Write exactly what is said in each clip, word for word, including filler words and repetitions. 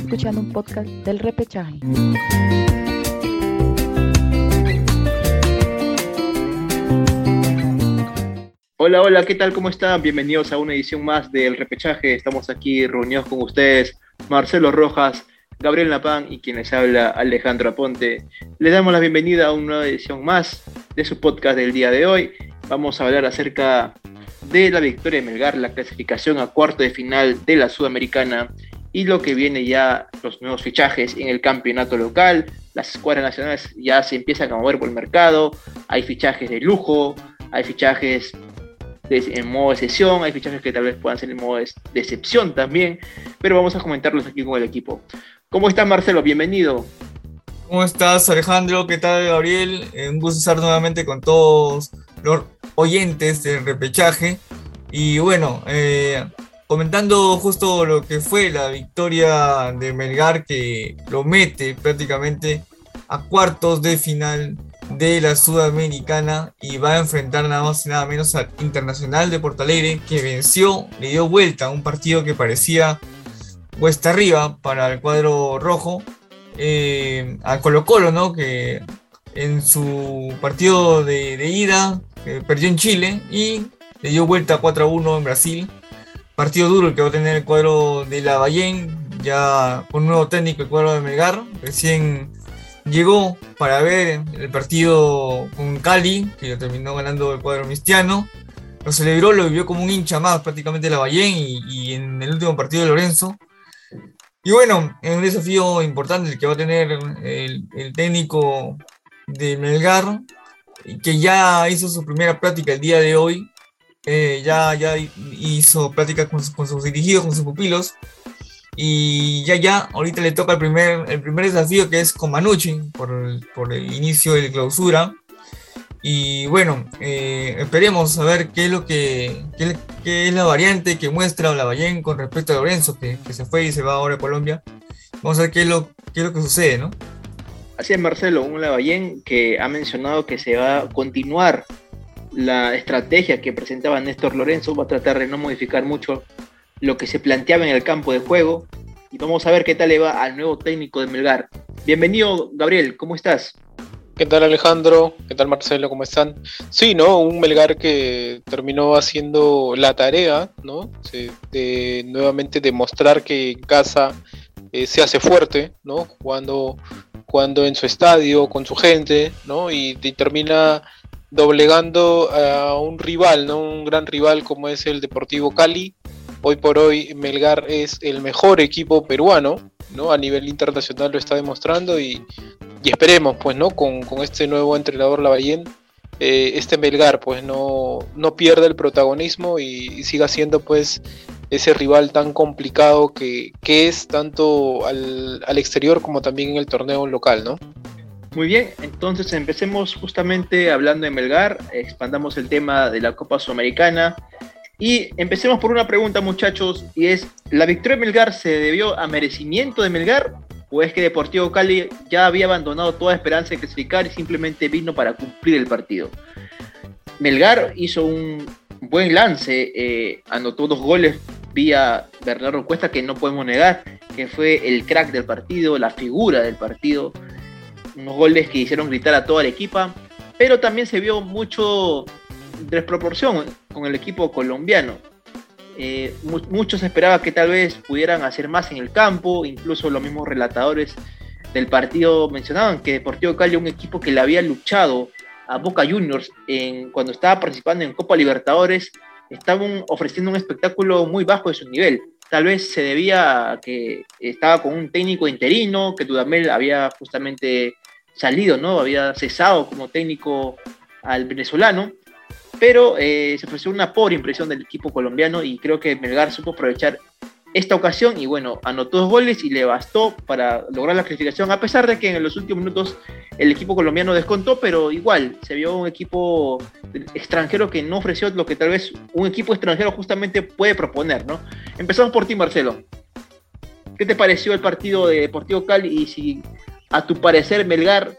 escuchando un podcast del Repechaje. Hola, hola, ¿qué tal? ¿Cómo están? Bienvenidos a una edición más del Repechaje. Estamos aquí reunidos con ustedes, Marcelo Rojas, Gabriel Napán y quien les habla, Alejandro Aponte. Les damos la bienvenida a una nueva edición más de su podcast del día de hoy. Vamos a hablar acerca de la victoria de Melgar, la clasificación a cuarto de final de la Sudamericana y lo que viene ya, los nuevos fichajes en el campeonato local. Las escuadras nacionales ya se empiezan a mover por el mercado, hay fichajes de lujo, hay fichajes de, en modo de sesión, hay fichajes que tal vez puedan ser en modo de, de excepción también, pero vamos a comentarlos aquí con el equipo. ¿Cómo estás, Marcelo? Bienvenido. ¿Cómo estás, Alejandro? ¿Qué tal, Gabriel? Eh, un gusto estar nuevamente con todos los oyentes del Repechaje. Y bueno, eh, comentando justo lo que fue la victoria de Melgar, que lo mete prácticamente a cuartos de final de la Sudamericana y va a enfrentar nada más y nada menos al Internacional de Porto Alegre, que venció, le dio vuelta a un partido que parecía cuesta arriba para el cuadro rojo, eh, a Colo Colo, ¿no? Que en su partido de, de ida eh, perdió en Chile y le dio vuelta cuatro a uno en Brasil. Partido duro el que va a tener el cuadro de Lavallén, ya con un nuevo técnico, el cuadro de Melgar. Recién llegó para ver el partido con Cali, que lo terminó ganando el cuadro mistiano. Lo celebró, lo vivió como un hincha más prácticamente de Lavallén y, y en el último partido de Lorenzo. Y bueno, es un desafío importante el que va a tener el, el técnico de Melgar, que ya hizo su primera práctica el día de hoy. Eh, ya, ya hizo práctica con, con sus dirigidos, con sus pupilos. Y ya, ya, ahorita le toca el primer, el primer desafío, que es con Manucci, por el, por el inicio de la clausura. Y bueno, eh, esperemos a ver qué es lo que qué, qué es la variante que muestra Lavallén con respecto a Lorenzo, que, que se fue y se va ahora a Colombia. Vamos a ver qué es lo, qué es lo que sucede, ¿no? Así es, Marcelo, un Lavallén que ha mencionado que se va a continuar la estrategia que presentaba Néstor Lorenzo, va a tratar de no modificar mucho lo que se planteaba en el campo de juego, y vamos a ver qué tal le va al nuevo técnico de Melgar. Bienvenido, Gabriel, ¿cómo estás? ¿Qué tal, Alejandro? ¿Qué tal, Marcelo? ¿Cómo están? Sí, ¿no? Un Melgar que terminó haciendo la tarea, ¿no? De, de nuevamente demostrar que en casa eh, se hace fuerte, ¿no? Jugando, jugando en su estadio, con su gente, ¿no? Y, y termina doblegando a un rival, ¿no? Un gran rival como es el Deportivo Cali. Hoy por hoy Melgar es el mejor equipo peruano, ¿no? A nivel internacional lo está demostrando y, y esperemos, pues, ¿no? Con, con este nuevo entrenador Lavallén, eh, este Melgar, pues, no, no pierda el protagonismo y, y siga siendo, pues, ese rival tan complicado que, que es tanto al, al exterior como también en el torneo local, ¿no? Muy bien, entonces empecemos justamente hablando de Melgar, expandamos el tema de la Copa Sudamericana. Y empecemos por una pregunta, muchachos, y es, ¿la victoria de Melgar se debió a merecimiento de Melgar o es que Deportivo Cali ya había abandonado toda esperanza de clasificar y simplemente vino para cumplir el partido? Melgar hizo un buen lance, eh, anotó dos goles vía Bernardo Cuesta, que no podemos negar que fue el crack del partido, la figura del partido, unos goles que hicieron gritar a toda la equipa, pero también se vio mucho desproporción con el equipo colombiano. Eh, mu- muchos esperaban que tal vez pudieran hacer más en el campo, incluso los mismos relatadores del partido mencionaban que Deportivo Cali, un equipo que le había luchado a Boca Juniors en, cuando estaba participando en Copa Libertadores, estaban ofreciendo un espectáculo muy bajo de su nivel. Tal vez se debía a que estaba con un técnico interino, que Dudamel había justamente salido, ¿no? Había cesado como técnico al venezolano, pero eh, se ofreció una pobre impresión del equipo colombiano y creo que Melgar supo aprovechar esta ocasión y bueno, anotó dos goles y le bastó para lograr la clasificación, a pesar de que en los últimos minutos el equipo colombiano descontó, pero igual se vio un equipo extranjero que no ofreció lo que tal vez un equipo extranjero justamente puede proponer, ¿no? Empezamos por ti, Marcelo. ¿Qué te pareció el partido de Deportivo Cali y si a tu parecer Melgar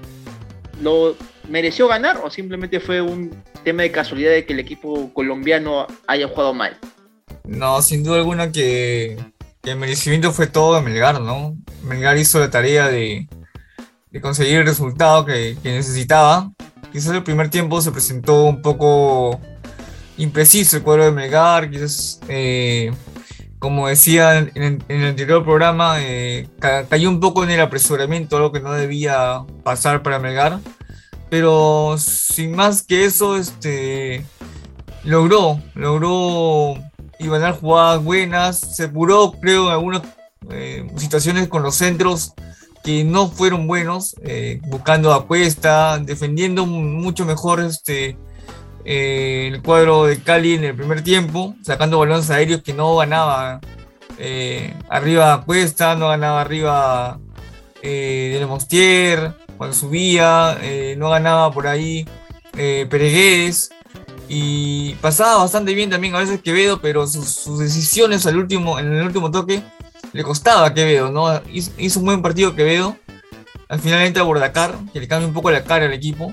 lo mereció ganar o simplemente fue un tema de casualidad de que el equipo colombiano haya jugado mal? No, sin duda alguna que que el merecimiento fue todo de Melgar, ¿no? Melgar hizo la tarea de, de conseguir el resultado que, que necesitaba. Quizás el primer tiempo se presentó un poco impreciso el cuadro de Melgar, quizás, eh, como decía en, en, en el anterior programa, eh, ca, cayó un poco en el apresuramiento, algo que no debía pasar para Melgar, pero sin más que eso, este, logró, logró ganar jugadas buenas, se apuró, creo, en algunas eh, situaciones con los centros que no fueron buenos, eh, buscando a Cuesta, defendiendo mucho mejor este, eh, el cuadro de Cali en el primer tiempo, sacando balones aéreos que no ganaba eh, arriba a Cuesta, no ganaba arriba eh, de Lemonstier cuando subía, eh, no ganaba por ahí eh, Peregués, y pasaba bastante bien también a veces Quevedo, pero sus, sus decisiones al último, en el último toque le costaba a Quevedo, ¿no? Hizo, hizo un buen partido Quevedo. Al final entra Bordacar, que le cambia un poco la cara al equipo.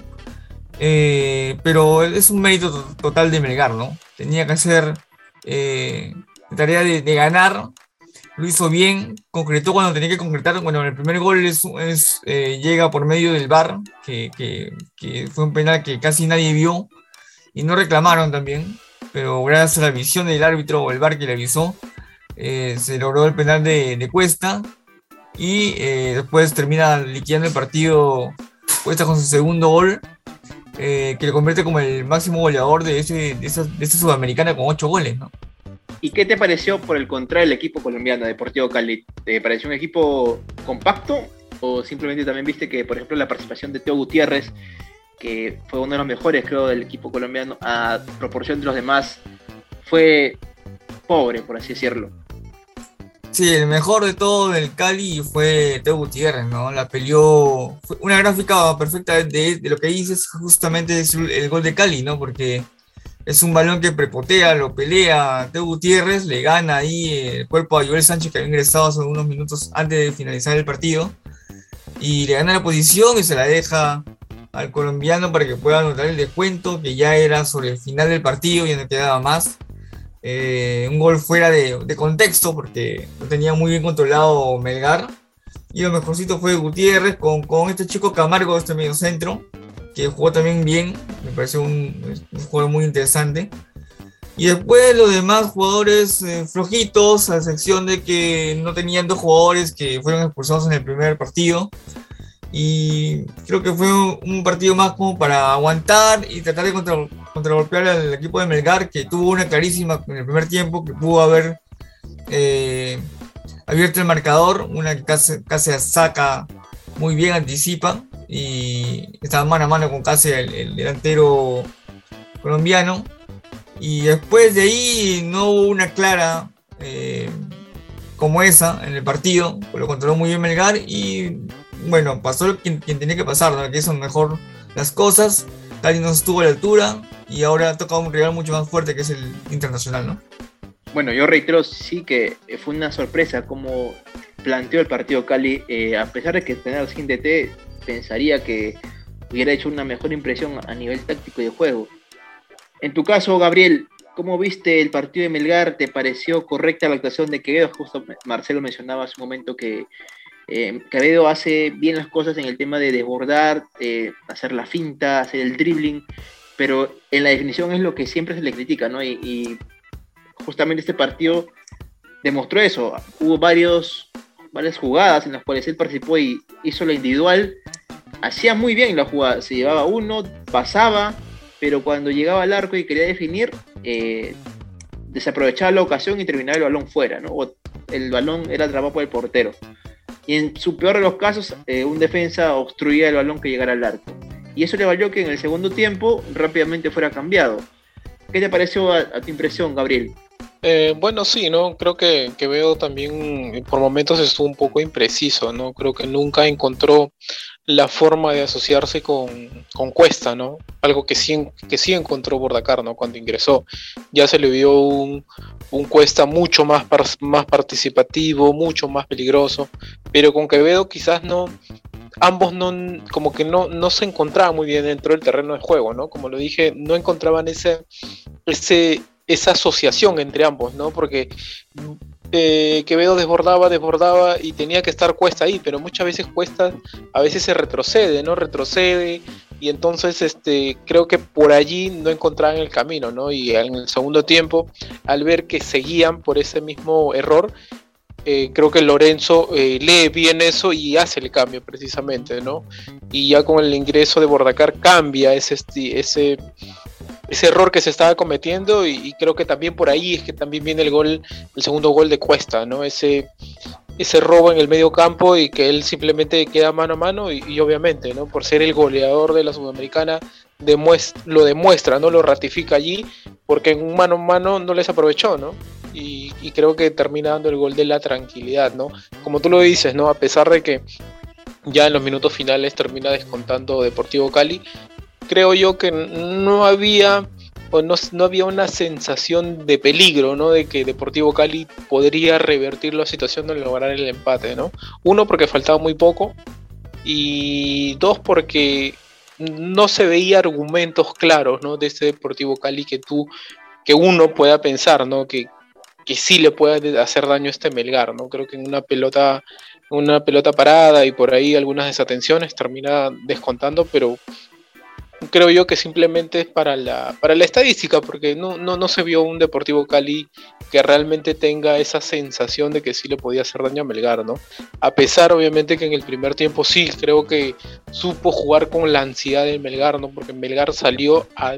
Eh, pero es un mérito to- total de Melgar, ¿no? Tenía que hacer eh, la tarea de, de ganar. Lo hizo bien, concretó cuando tenía que concretar. Bueno, el primer gol es, es, eh, llega por medio del V A R, que, que, que fue un penal que casi nadie vio. Y no reclamaron también. Pero gracias a la visión del árbitro o el V A R que le avisó, Eh, se logró el penal de, de Cuesta y eh, después termina liquidando el partido Cuesta con su segundo gol, eh, que le convierte como el máximo goleador de, ese, de, esa, de esta Sudamericana con ocho goles, ¿no? ¿Y qué te pareció por el contrario el equipo colombiano, Deportivo Cali? ¿Te pareció un equipo compacto o simplemente también viste que, por ejemplo, la participación de Teo Gutiérrez, que fue uno de los mejores, creo, del equipo colombiano, a proporción de los demás, fue pobre, por así decirlo? Sí, el mejor de todo del Cali fue Teo Gutiérrez, ¿no? La peleó, fue una gráfica perfecta de, de lo que dices, justamente es el, el gol de Cali, ¿no? Porque es un balón que prepotea, lo pelea Teo Gutiérrez, le gana ahí el cuerpo a Joel Sánchez, que había ingresado hace unos minutos antes de finalizar el partido, y le gana la posición y se la deja al colombiano para que pueda anotar el descuento, que ya era sobre el final del partido, ya no quedaba más. Eh, un gol fuera de, de contexto porque lo tenía muy bien controlado Melgar, y lo mejorcito fue Gutiérrez con, con este chico Camargo, este medio centro, que jugó también bien, me pareció un, un jugador muy interesante. Y después los demás jugadores eh, flojitos, a excepción de que no tenían dos jugadores que fueron expulsados en el primer partido, y creo que fue un, un partido más como para aguantar y tratar de contra, contragolpear al equipo de Melgar, que tuvo una clarísima en el primer tiempo, que pudo haber eh, abierto el marcador, una que casi, casi saca muy bien, anticipa, y estaba mano a mano con casi el, el delantero colombiano. Y después de ahí no hubo una clara eh, como esa en el partido, pues lo controló muy bien Melgar y bueno, pasó quien, quien tenía que pasar, ¿no? Que hizo mejor las cosas. Cali no estuvo a la altura y ahora toca un rival mucho más fuerte que es el Internacional, ¿no? Bueno, yo reitero, sí que fue una sorpresa cómo planteó el partido Cali, eh, a pesar de que tener sin D T, pensaría que hubiera hecho una mejor impresión a nivel táctico y de juego. En tu caso, Gabriel, ¿cómo viste el partido de Melgar? ¿Te pareció correcta la actuación de Quevedo? Justo Marcelo mencionaba hace un momento que eh, Quevedo hace bien las cosas en el tema de desbordar, eh, hacer la finta, hacer el dribbling, pero en la definición es lo que siempre se le critica, ¿no? Y, y justamente este partido demostró eso. Hubo varios, varias jugadas en las cuales él participó y hizo la individual, hacía muy bien la jugada, se llevaba uno, pasaba, pero cuando llegaba al arco y quería definir, eh, desaprovechaba la ocasión y terminaba el balón fuera, ¿no? O el balón era atrapado por el portero. Y en su peor de los casos, eh, un defensa obstruía el balón que llegara al arco. Y eso le valió que en el segundo tiempo rápidamente fuera cambiado. ¿Qué te pareció a, a tu impresión, Gabriel? Eh, bueno, sí, ¿no? Creo que, que veo también por momentos estuvo un poco impreciso, ¿no? Creo que nunca encontró la forma de asociarse con, con Cuesta, ¿no? Algo que sí, que sí encontró Bordacar, ¿no? Cuando ingresó. Ya se le vio un, un Cuesta mucho más, par, más participativo, mucho más peligroso, pero con Quevedo quizás no, ambos no, como que no, no se encontraban muy bien dentro del terreno de juego, ¿no? Como lo dije, no encontraban ese, ese, esa asociación entre ambos, ¿no? Porque eh, Quevedo desbordaba, desbordaba y tenía que estar Cuesta ahí, pero muchas veces Cuesta a veces se retrocede, ¿no? Retrocede y entonces este, creo que por allí no encontraban el camino, ¿no? Y en el segundo tiempo, al ver que seguían por ese mismo error, Eh, creo que Lorenzo eh, lee bien eso y hace el cambio precisamente, ¿no? Y ya con el ingreso de Bordacar cambia ese, ese, ese error que se estaba cometiendo y, y creo que también por ahí es que también viene el gol, el segundo gol de Cuesta, ¿no? Ese, ese robo en el medio campo y que él simplemente queda mano a mano y, y obviamente, ¿no? Por ser el goleador de la Sudamericana demuestra, lo demuestra, ¿no? Lo ratifica allí porque en un mano a mano no les aprovechó, ¿no? Y, y creo que termina dando el gol de la tranquilidad, ¿no? Como tú lo dices, ¿no? A pesar de que ya en los minutos finales termina descontando Deportivo Cali, creo yo que no había o no, no había una sensación de peligro, ¿no? De que Deportivo Cali podría revertir la situación de lograr el empate, ¿no? Uno, porque faltaba muy poco y dos, porque no se veía argumentos claros, ¿no? De este Deportivo Cali que tú, que uno pueda pensar, ¿no? Que que sí le puede hacer daño a este Melgar, ¿no? Creo que en una pelota, una pelota parada y por ahí algunas desatenciones termina descontando, pero creo yo que simplemente es para la, para la estadística, porque no, no, no se vio un Deportivo Cali que realmente tenga esa sensación de que sí le podía hacer daño a Melgar, ¿no? A pesar, obviamente, que en el primer tiempo sí, creo que supo jugar con la ansiedad del Melgar, ¿no? Porque Melgar salió a...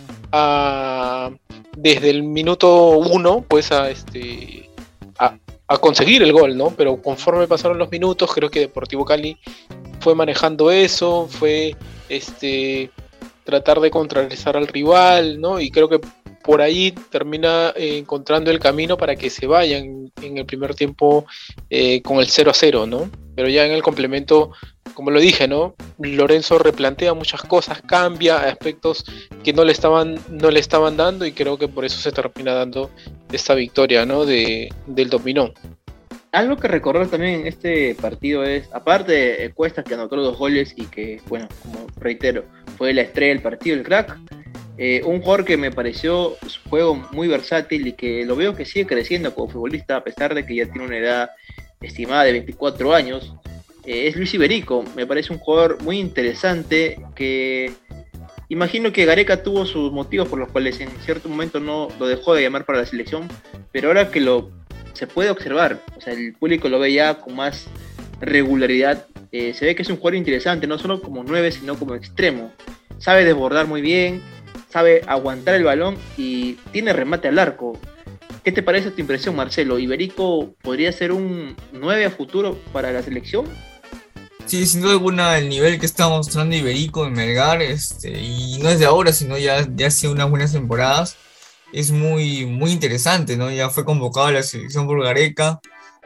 a desde el minuto uno pues a este a, a conseguir el gol, ¿no? Pero conforme pasaron los minutos creo que Deportivo Cali fue manejando eso, fue este tratar de contrarrestar al rival, ¿no? Y creo que por ahí termina eh, encontrando el camino para que se vayan en el primer tiempo eh, con el cero a cero, ¿no? Pero ya en el complemento, como lo dije, ¿no? Lorenzo replantea muchas cosas, cambia aspectos que no le estaban, no le estaban dando y creo que por eso se termina dando esta victoria, ¿no? De, del dominó. Algo que recordar también en este partido es, aparte de Cuesta que anotó los dos goles y que, bueno, como reitero, fue la estrella del partido, el crack, eh, un jugador que me pareció su juego muy versátil y que lo veo que sigue creciendo como futbolista a pesar de que ya tiene una edad estimada de veinticuatro años, eh, es Luis Iberico. Me parece un jugador muy interesante que imagino que Gareca tuvo sus motivos por los cuales en cierto momento no lo dejó de llamar para la selección, pero ahora que lo se puede observar, o sea, el público lo ve ya con más regularidad, eh, se ve que es un jugador interesante, no solo como nueve, sino como extremo. Sabe desbordar muy bien, sabe aguantar el balón y tiene remate al arco. ¿Qué te parece tu impresión, Marcelo? ¿Iberico podría ser un nueve a futuro para la selección? Sí, sin duda alguna el nivel que está mostrando Iberico en Melgar, este, y no es de ahora, sino ya, ya hace unas buenas temporadas, es muy, muy interesante, ¿no? Ya fue convocado a la selección por Gareca,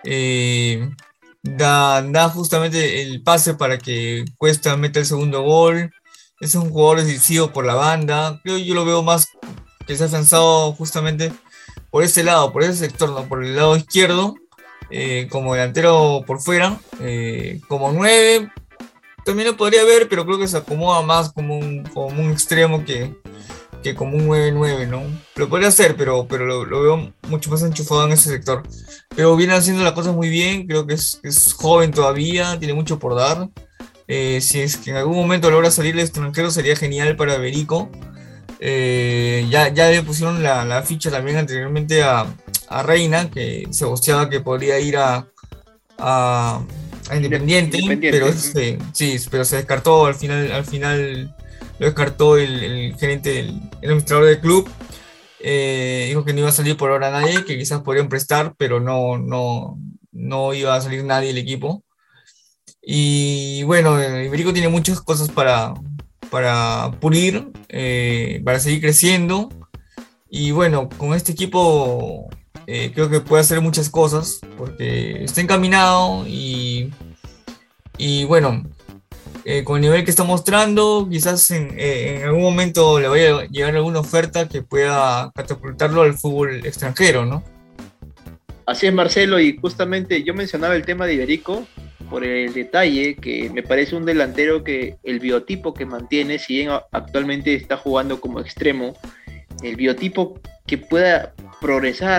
eh, da, da justamente el pase para que Cuesta meta el segundo gol, es un jugador decisivo por la banda, creo yo lo veo más que se ha afianzado justamente por ese lado, por ese sector, ¿no? Por el lado izquierdo, eh, como delantero por fuera, eh, como nueve, también lo podría ver, pero creo que se acomoda más como un, como un extremo que, que como un nueve nueve, ¿no? Lo podría hacer, pero, pero lo, lo veo mucho más enchufado en ese sector. Pero viene haciendo las cosas muy bien, creo que es, es joven todavía, tiene mucho por dar. Eh, si es que en algún momento logra salir del extranjero sería genial para Iberico. Eh, ya, ya le pusieron la, la ficha también anteriormente a, a Reina, que se boceaba que podría ir a, a, a Independiente, Independiente, pero este, sí, pero se descartó al final, al final lo descartó el, el gerente, el, el administrador del club. Eh, dijo que no iba a salir por ahora nadie, que quizás podrían prestar, pero no, no, no iba a salir nadie del equipo. Y bueno, Iberico tiene muchas cosas para, para pulir, eh, para seguir creciendo. Y bueno, con este equipo eh, creo que puede hacer muchas cosas, porque está encaminado y, y bueno, eh, con el nivel que está mostrando, quizás en, eh, en algún momento le vaya a llegar alguna oferta que pueda catapultarlo al fútbol extranjero, ¿no? Así es, Marcelo, y justamente yo mencionaba el tema de Iberico por el detalle que me parece un delantero que el biotipo que mantiene, si bien actualmente está jugando como extremo, el biotipo que pueda progresar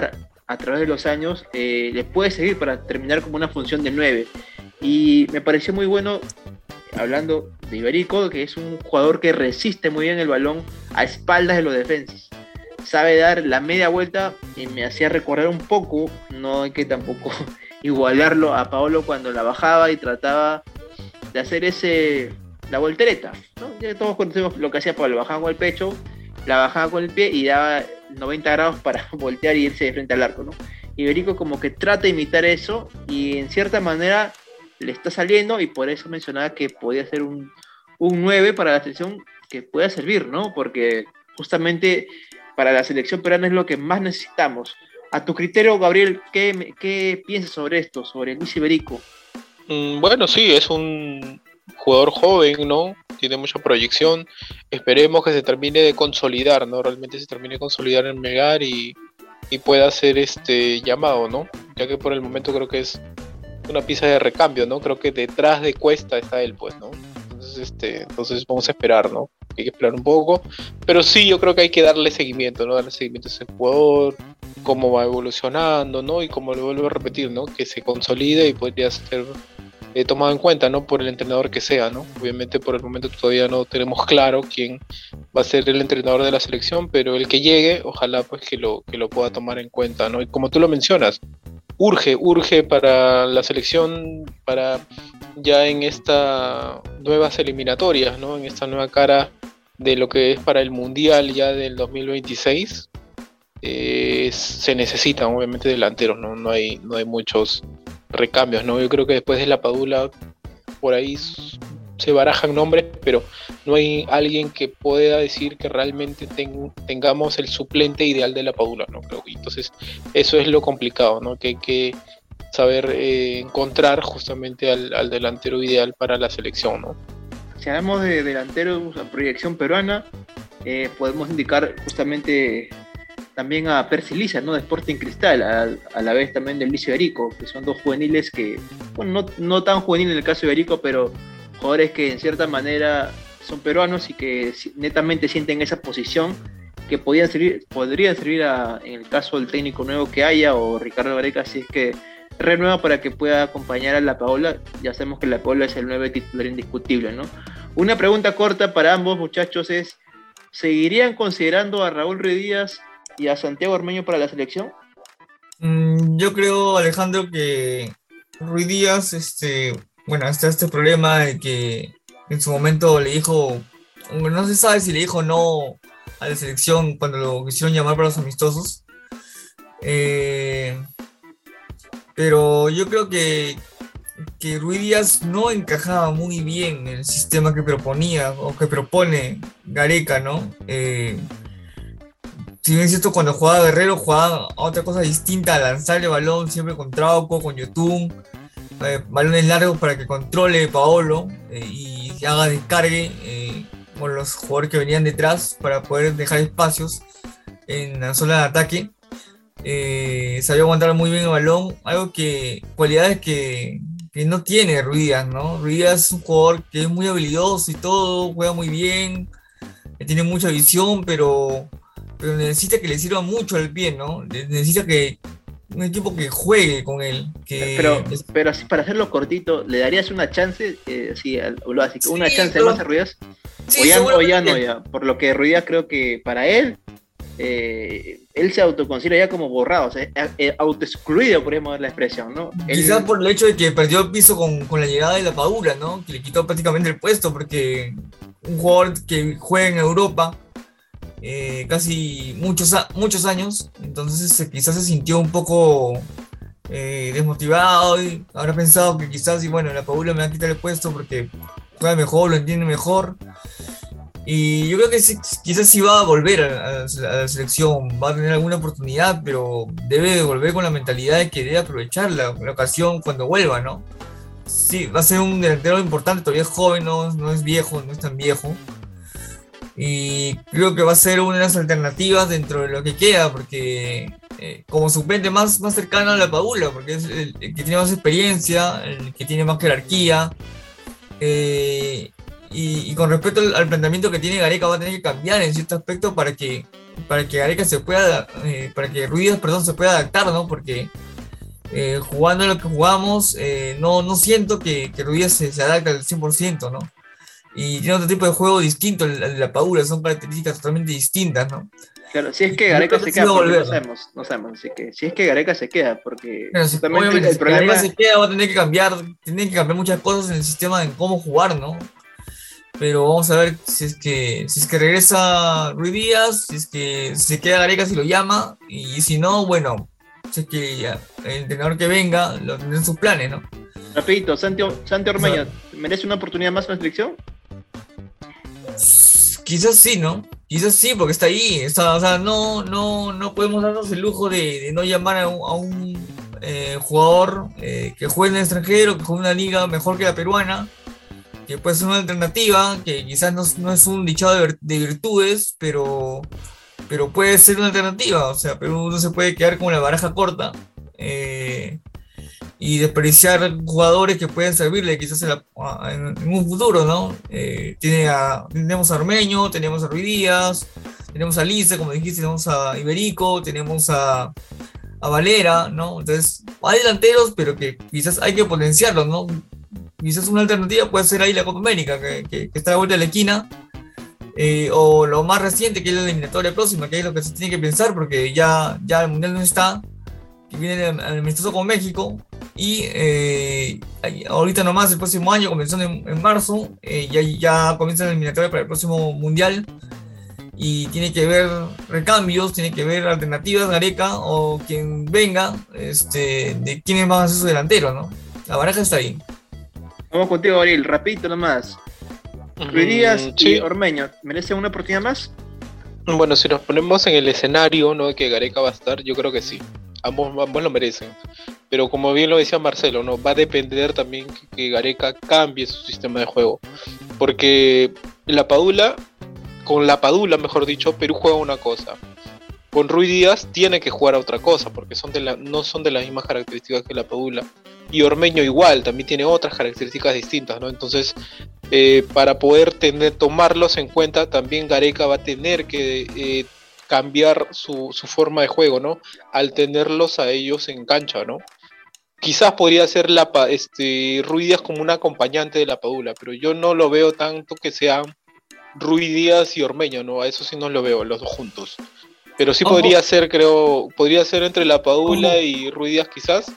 a través de los años eh, le puede servir para terminar como una función de nueve. Y me pareció muy bueno, hablando de Iberico, que es un jugador que resiste muy bien el balón a espaldas de los defensas. Sabe dar la media vuelta y me hacía recordar un poco, no hay que tampoco igualarlo a Paolo cuando la bajaba y trataba de hacer ese la voltereta, ¿no? Ya todos conocemos lo que hacía Paolo, bajaba con el pecho, la bajaba con el pie y daba noventa grados para voltear y irse de frente al arco, ¿no? Iberico como que trata de imitar eso y en cierta manera le está saliendo, y por eso mencionaba que podía ser un, un nueve para la selección que pueda servir, ¿no? Porque justamente para la selección peruana es lo que más necesitamos. A tu criterio, Gabriel, ¿qué, qué piensas sobre esto, sobre Luis Iberico? Mm, bueno, sí, es un jugador joven, ¿no? Tiene mucha proyección. Esperemos que se termine de consolidar, ¿no? Realmente se termine de consolidar en Melgar y, y pueda ser este llamado, ¿no? Ya que por el momento creo que es una pieza de recambio, ¿no? Creo que detrás de Cuesta está él, pues, ¿no? Entonces, este, entonces vamos a esperar, ¿no? Hay que esperar un poco, pero sí, yo creo que hay que darle seguimiento, ¿no? Darle seguimiento a ese jugador, cómo va evolucionando, ¿no? Y como lo vuelvo a repetir, ¿no? Que se consolide y podría ser eh, tomado en cuenta, ¿no? Por el entrenador que sea, ¿no? Obviamente por el momento todavía no tenemos claro quién va a ser el entrenador de la selección, pero el que llegue, ojalá pues que lo, que lo pueda tomar en cuenta, ¿no? Y como tú lo mencionas, urge, urge para la selección, para ya en estas nuevas eliminatorias, ¿no? En esta nueva cara de lo que es para el Mundial ya del dos mil veintiséis, eh, se necesitan obviamente delanteros, ¿no? No hay, no hay muchos recambios, ¿no? Yo creo que después de la Padula por ahí se barajan nombres, pero no hay alguien que pueda decir que realmente ten, tengamos el suplente ideal de la Padula, ¿no? Creo que entonces eso es lo complicado, ¿no? Que hay que saber eh, encontrar justamente al, al delantero ideal para la selección, ¿no? Si hablamos de delanteros, la proyección peruana, eh, podemos indicar justamente también a Percy Liza, ¿no? De Sporting Cristal, a, a la vez también de Luis Iberico, que son dos juveniles que, bueno, no, no tan juveniles en el caso de Iberico, pero jugadores que en cierta manera son peruanos y que netamente sienten esa posición, que podían servir, podrían servir a, en el caso del técnico nuevo que haya, o Ricardo Gareca, si es que renueva para que pueda acompañar a la Paola. Ya sabemos que la Paola es el nueve titular indiscutible, ¿no? Una pregunta corta para ambos muchachos es, ¿seguirían considerando a Raúl Ruiz Díaz y a Santiago Ormeño para la selección? Mm, yo creo, Alejandro, que Ruiz Díaz, este, bueno, está este problema de que en su momento le dijo, no se sabe si le dijo no a la selección cuando lo quisieron llamar para los amistosos. Eh, pero yo creo que, que Ruiz Díaz no encajaba muy bien en el sistema que proponía o que propone Gareca, ¿no? Eh, Si bien es cierto, cuando jugaba Guerrero jugaba a otra cosa distinta, a lanzar el balón siempre con Trauco, con Yotun, eh, balones largos para que controle Paolo eh, y haga descargue eh, con los jugadores que venían detrás para poder dejar espacios en la zona de ataque. Eh, sabía aguantar muy bien el balón, algo que, cualidades que, que no tiene Ruiz Díaz, ¿no? Ruiz Díaz es un jugador que es muy habilidoso y todo, juega muy bien, tiene mucha visión, pero... pero necesita que le sirva mucho al pie, ¿no? Necesita que un equipo que juegue con él. Que... Pero, pero así, para hacerlo cortito, ¿le darías una chance? Eh, sí, así, sí, ¿una chance pero... más a Ruiz Díaz? Sí, o, ya, o ya no, ya. Por lo que Ruiz Díaz creo que para él, eh, él se autoconsidera ya como borrado, o sea, eh, autoexcluido, podríamos dar la expresión, ¿no? Quizás él... por el hecho de que perdió el piso con, con la llegada de la Padula, ¿no? Que le quitó prácticamente el puesto, porque un jugador que juega en Europa Eh, casi muchos, muchos años, entonces eh, quizás se sintió un poco eh, desmotivado y habrá pensado que quizás, y bueno, la Padula me va a quitar el puesto porque juega mejor, lo entiende mejor, y yo creo que sí, quizás sí va a volver a, a, a la selección, va a tener alguna oportunidad, pero debe volver con la mentalidad de que debe aprovechar la, la ocasión cuando vuelva, ¿no? Sí, va a ser un delantero importante, todavía es joven, no, no es viejo, no es tan viejo. Y creo que va a ser una de las alternativas dentro de lo que queda, porque eh, como suplente más, más cercano a la Padula, porque es el, el que tiene más experiencia, el que tiene más jerarquía, eh, y, y con respecto al, al planteamiento que tiene Gareca va a tener que cambiar en cierto aspecto para que para que Gareca se pueda, eh, para que Ruidías, perdón, se pueda adaptar, ¿no? Porque eh, jugando lo que jugamos, eh, no, no siento que, que Ruidías se, se adapte al cien por ciento, ¿no? Y tiene otro tipo de juego distinto al de la Padula, son características totalmente distintas, ¿no? Claro, si es que Gareca se queda, porque no sabemos, no sabemos, así que si es que Gareca se queda, porque pero si, obviamente, el si problema Gareca se queda va a tener que cambiar, tiene que cambiar muchas cosas en el sistema en cómo jugar, ¿no? Pero vamos a ver si es que si es que regresa Ruidías, si es que se queda Gareca si lo llama, y si no, bueno, si es que ya, el entrenador que venga lo tendrá en sus planes, ¿no? Rapidito, Santi, Santi Ormeño, ¿merece una oportunidad más en la selección? Quizás sí, ¿no? Quizás sí, porque está ahí. Está, o sea, no, no, no podemos darnos el lujo de, de no llamar a un, a un eh, jugador eh, que juegue en el extranjero, que juegue en una liga mejor que la peruana, que puede ser una alternativa, que quizás no, no es un dichado de, de virtudes, pero, pero puede ser una alternativa. O sea, Perú no se puede quedar con la baraja corta. Eh, y desperdiciar jugadores que pueden servirle quizás en, la, en, en un futuro, ¿no? Eh, tiene a, tenemos a Ormeño, tenemos a Ruidías, tenemos a Lice, como dijiste, tenemos a Iberico, tenemos a, a Valera, ¿no? Entonces, hay delanteros, pero que quizás hay que potenciarlos, ¿no? Quizás una alternativa puede ser ahí la Copa América, que, que, que está a la vuelta de la esquina, eh, o lo más reciente, que es la eliminatoria próxima, que es lo que se tiene que pensar, porque ya, ya el Mundial no está, que viene el amistoso con México, y eh, ahorita nomás el próximo año, comenzando en, en marzo, eh, ya, ya comienza la eliminatoria para el próximo Mundial, y tiene que ver recambios, tiene que ver alternativas, Gareca o quien venga, este, de quiénes van a ser sus delanteros, ¿no? La baraja está ahí. Vamos contigo, Ariel, rapidito nomás. Ruidías mm, sí. y Ormeño, ¿merece una oportunidad más? Bueno, si nos ponemos en el escenario, ¿no?, de que Gareca va a estar, yo creo que sí. Ambos, ambos lo merecen, pero como bien lo decía Marcelo, ¿no?, va a depender también que, que Gareca cambie su sistema de juego, porque la Padula, con la Padula mejor dicho, Perú juega una cosa, con Ruidías tiene que jugar a otra cosa, porque son de la, no son de las mismas características que la Padula, y Ormeño igual, también tiene otras características distintas, ¿no? Entonces, eh, para poder tener, tomarlos en cuenta, también Gareca va a tener que eh, cambiar su, su forma de juego, ¿no? Al tenerlos a ellos en cancha, ¿no? Quizás podría ser la este, Ruidías como un acompañante de la Padula, pero yo no lo veo tanto que sean Ruidías y Ormeño, ¿no? A eso sí no lo veo, los dos juntos. Pero sí podría ser, creo, podría ser entre la Padula y Ruidías quizás.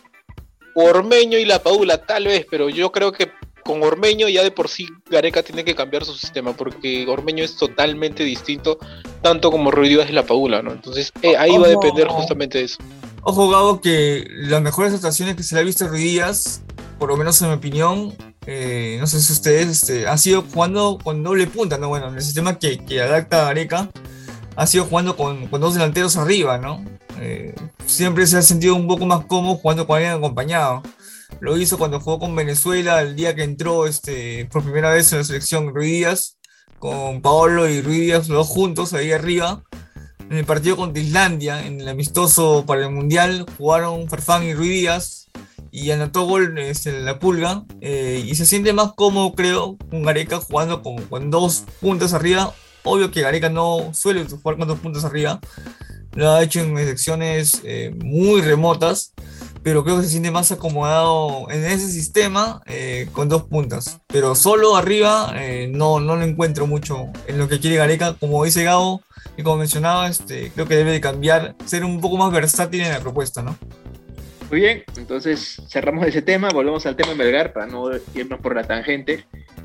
O Ormeño y la Padula, tal vez, pero yo creo que con Ormeño ya de por sí Gareca tiene que cambiar su sistema, porque Ormeño es totalmente distinto, tanto como Ruidías y la Padula, ¿no? Entonces eh, ahí va a depender justamente de eso. Ojo, Gabo, que las mejores actuaciones que se le ha visto a Ruidías, por lo menos en mi opinión, eh, no sé si ustedes, este, ha sido jugando con doble punta, ¿no? Bueno, en el sistema que, que adapta a Gareca, ha sido jugando con, con dos delanteros arriba, ¿no? Eh, siempre se ha sentido un poco más cómodo jugando con alguien acompañado. Lo hizo cuando jugó con Venezuela, el día que entró este, por primera vez en la selección Ruidías, con Paolo y Ruidías, los dos juntos ahí arriba. En el partido contra Islandia, en el amistoso para el Mundial, jugaron Farfán y Ruidías y anotó gol este, la Pulga. Eh, y se siente más cómodo, creo, con Gareca jugando con, con dos puntas arriba. Obvio que Gareca no suele jugar con dos puntas arriba, lo ha hecho en secciones eh, muy remotas, pero creo que se siente más acomodado en ese sistema eh, con dos puntas. Pero solo arriba eh, no, no lo encuentro mucho en lo que quiere Gareca. Como dice Gabo, y como mencionaba, este, creo que debe de cambiar, ser un poco más versátil en la propuesta, ¿no? Muy bien, entonces cerramos ese tema, volvemos al tema de Melgar para no irnos por la tangente.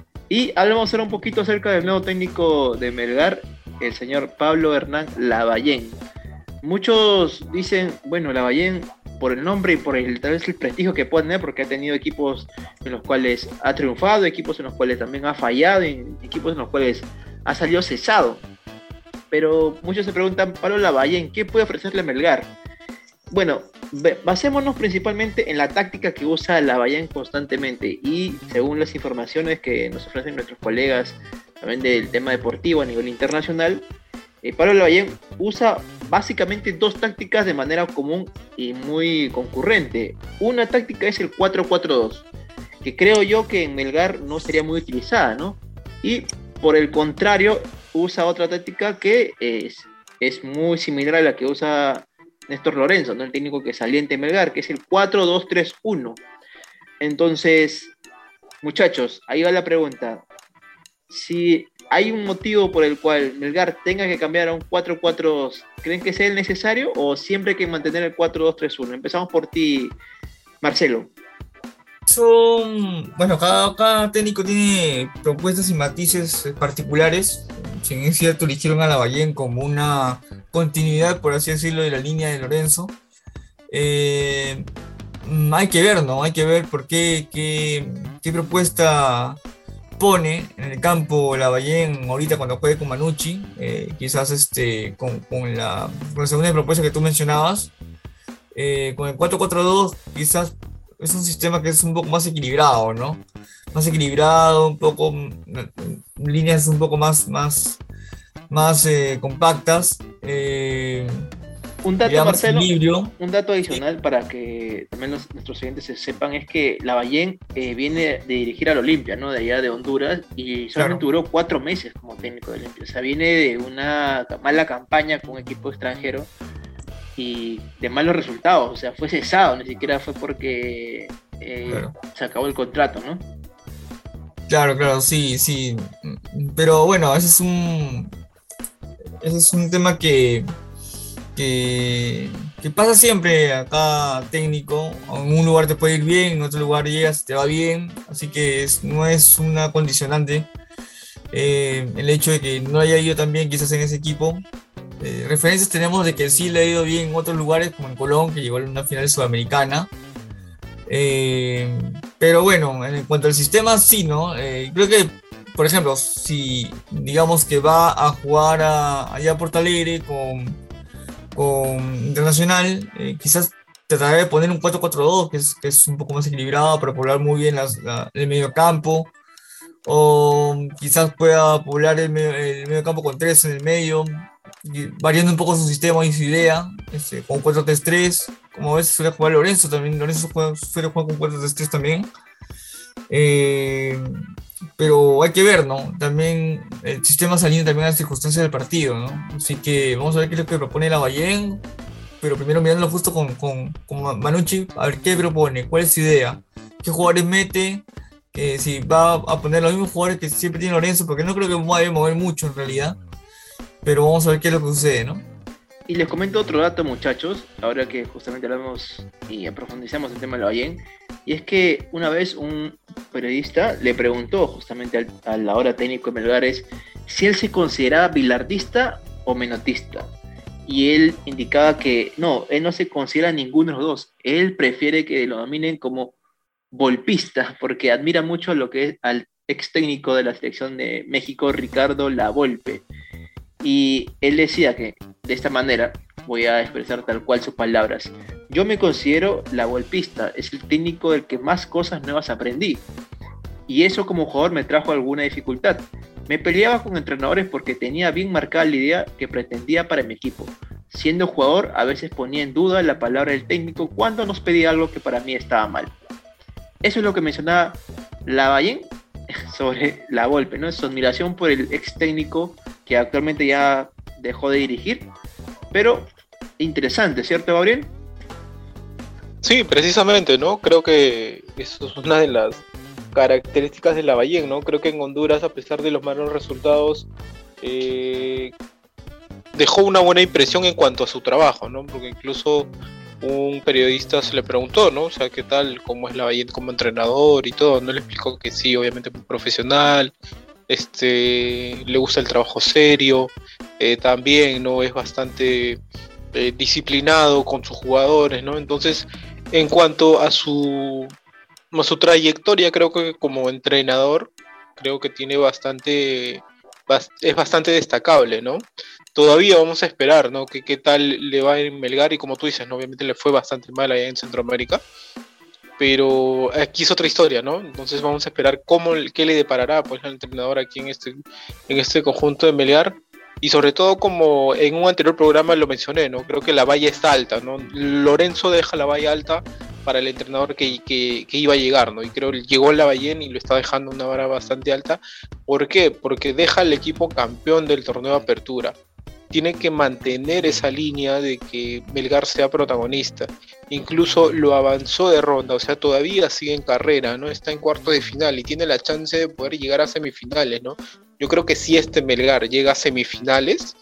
Y hablamos ahora un poquito acerca del nuevo técnico de Melgar, el señor Pablo Hernán Lavallén. Muchos dicen, bueno, Lavallén, por el nombre y por el, tal vez el prestigio que puede tener, porque ha tenido equipos en los cuales ha triunfado, equipos en los cuales también ha fallado, en equipos en los cuales ha salido cesado. Pero muchos se preguntan, Pablo Lavallén, ¿qué puede ofrecerle a Melgar? Bueno, basémonos principalmente en la táctica que usa Lavallén constantemente, y según las informaciones que nos ofrecen nuestros colegas también del tema deportivo a nivel internacional, eh, Pablo Lavallén usa básicamente dos tácticas de manera común y muy concurrente. Una táctica es el cuatro cuatro dos, que creo yo que en Melgar no sería muy utilizada, ¿no? Y por el contrario, usa otra táctica que es es muy similar a la que usa Néstor Lorenzo, ¿no? El técnico que saliente en Melgar, que es el cuatro dos tres uno. Entonces, muchachos, ahí va la pregunta. Si hay un motivo por el cual Melgar tenga que cambiar a un cuatro cuatro dos, ¿creen que sea el necesario o siempre hay que mantener el cuatro dos tres uno? Empezamos por ti, Marcelo. Son, bueno, cada, cada técnico tiene propuestas y matices particulares. Si bien es cierto, eligieron a Lavallén como una continuidad, por así decirlo, de la línea de Lorenzo. Eh, hay que ver, ¿no? Hay que ver por qué, qué, qué propuesta pone en el campo Lavallén ahorita cuando juegue con Manucci. Eh, quizás este, con, con, la, con la segunda propuesta que tú mencionabas. Eh, con el cuatro cuatro dos quizás es un sistema que es un poco más equilibrado, ¿no? Más equilibrado, un poco, líneas un poco más, más, más eh, compactas. Eh, un dato, Marcelo, equilibrio. Un dato adicional, sí, para que también los, nuestros oyentes se sepan, es que Lavallén eh, viene de dirigir al Olimpia, ¿no? De allá de Honduras, y solamente claro. duró cuatro meses como técnico del Olimpia. O sea, viene de una mala campaña con un equipo extranjero y de malos resultados, o sea, fue cesado, ni siquiera fue porque eh, claro. se acabó el contrato, ¿no? Claro, claro, sí, sí, pero bueno, ese es un ese es un tema que que, que pasa siempre a cada técnico. En un lugar te puede ir bien, en otro lugar llegas, te va bien, así que es, no es una condicionante eh, el hecho de que no haya ido tan bien quizás en ese equipo. Eh, referencias tenemos de que sí le ha ido bien en otros lugares, como en Colón, que llegó a una final sudamericana. Eh, pero bueno, en cuanto al sistema, sí, ¿no? Eh, creo que, por ejemplo, si digamos que va a jugar a, allá a Porto Alegre con, con Internacional, eh, quizás tratará de poner un cuatro cuatro dos, que es, que es un poco más equilibrado para poblar muy bien las, la, el medio campo. O quizás pueda poblar el medio, el medio campo con tres en el medio, variando un poco su sistema y su idea, este, con cuatro tres tres, como a veces suele jugar Lorenzo también. Lorenzo juega, suele jugar con cuatro tres tres también. Eh, pero hay que ver, ¿no? También el sistema se alinea también a las circunstancias del partido, ¿no? Así que vamos a ver qué es lo que propone Lavallén, pero primero mirándolo justo con, con, con Manucci, a ver qué propone, cuál es su idea, qué jugadores mete. Eh, si va a poner los mismos jugadores que siempre tiene Lorenzo, porque no creo que vaya a mover mucho en realidad, pero vamos a ver qué es lo que sucede, ¿no? Y les comento otro dato, muchachos, ahora que justamente hablamos y profundizamos el tema de Lavallén, y es que una vez un periodista le preguntó justamente al, al ahora técnico de Melgar si él se consideraba bilardista o menotista, y él indicaba que no, él no se considera ninguno de los dos, él prefiere que lo nominen como volpista, porque admira mucho lo que es al ex técnico de la selección de México, Ricardo Lavolpe. Y él decía que de esta manera, voy a expresar tal cual sus palabras: yo me considero lavolpista, es el técnico del que más cosas nuevas aprendí. Y eso como jugador me trajo alguna dificultad. Me peleaba con entrenadores porque tenía bien marcada la idea que pretendía para mi equipo. Siendo jugador, a veces ponía en duda la palabra del técnico cuando nos pedía algo que para mí estaba mal. Eso es lo que mencionaba Lavallén sobre Lavolpe, ¿no? Su admiración por el ex técnico que actualmente ya dejó de dirigir. Pero interesante, ¿cierto, Gabriel? Sí, precisamente, ¿no? Creo que eso es una de las características de Lavallén, ¿no? Creo que en Honduras, a pesar de los malos resultados, eh, dejó una buena impresión en cuanto a su trabajo, ¿no? Porque incluso un periodista se le preguntó, ¿no? O sea, ¿qué tal? ¿Cómo es Lavallén como entrenador y todo? No le explicó que sí, obviamente muy profesional, este, le gusta el trabajo serio, eh, también, ¿no? Es bastante eh, disciplinado con sus jugadores, ¿no? Entonces, en cuanto a su, a su trayectoria, creo que como entrenador, creo que tiene bastante, es bastante destacable, ¿no? Todavía vamos a esperar, ¿no? Que qué tal le va en Melgar, y como tú dices, ¿no? Obviamente le fue bastante mal allá en Centroamérica, pero aquí es otra historia, ¿no? Entonces vamos a esperar cómo, qué le deparará pues al entrenador aquí en este, en este conjunto de Melgar, y sobre todo, como en un anterior programa lo mencioné, ¿no? Creo que la valla está alta, ¿no? Lorenzo deja la valla alta para el entrenador que, que, que iba a llegar, ¿no? Y creo que llegó Lavallén y lo está dejando una vara bastante alta. ¿Por qué? Porque deja al equipo campeón del torneo de apertura. tiene que mantener esa línea de que Melgar sea protagonista. Incluso lo avanzó de ronda, o sea, todavía sigue en carrera, ¿no? Está en cuartos de final y tiene la chance de poder llegar a semifinales, ¿no? Yo creo que si este Melgar llega a semifinales,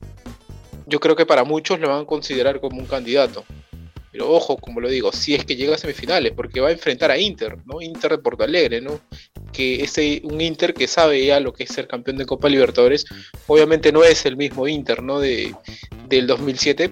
yo creo que para muchos lo van a considerar como un candidato. Pero ojo, como lo digo, si es que llega a semifinales, porque va a enfrentar a Inter, ¿no? Inter de Porto Alegre, ¿no? Que es un Inter que sabe ya lo que es ser campeón de Copa Libertadores. Obviamente no es el mismo Inter, ¿no? De, del dos mil siete,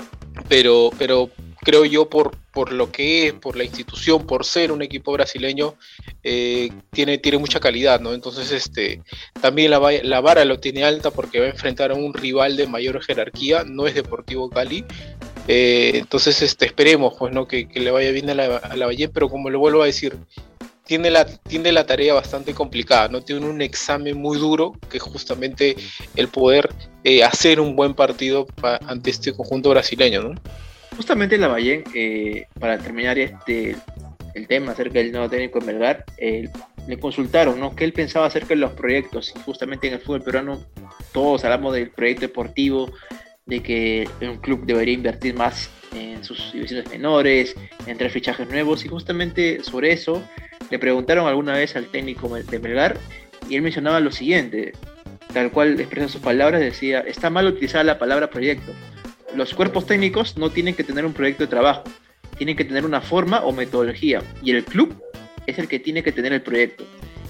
pero, pero creo yo por, por lo que es, por la institución, por ser un equipo brasileño, eh, tiene, tiene mucha calidad, ¿no? Entonces este, también la, la vara lo tiene alta porque va a enfrentar a un rival de mayor jerarquía, no es Deportivo Cali. Eh, entonces este, esperemos pues, ¿no? que, que le vaya bien a la, a la Valle, pero como lo vuelvo a decir, tiene la, tiene la tarea bastante complicada, ¿no? Tiene un examen muy duro, que es justamente el poder eh, hacer un buen partido pa, ante este conjunto brasileño, ¿no? Justamente la Valle, eh, para terminar este el tema acerca del nuevo técnico de Melgar, eh, le consultaron, ¿no? qué él pensaba acerca de los proyectos, y justamente en el fútbol peruano todos hablamos del proyecto deportivo, de que un club debería invertir más en sus divisiones menores, en traer fichajes nuevos, y justamente sobre eso le preguntaron alguna vez al técnico de Melgar, y él mencionaba lo siguiente, tal cual expresa sus palabras, decía: está mal utilizar la palabra proyecto. Los cuerpos técnicos no tienen que tener un proyecto de trabajo, tienen que tener una forma o metodología, y el club es el que tiene que tener el proyecto.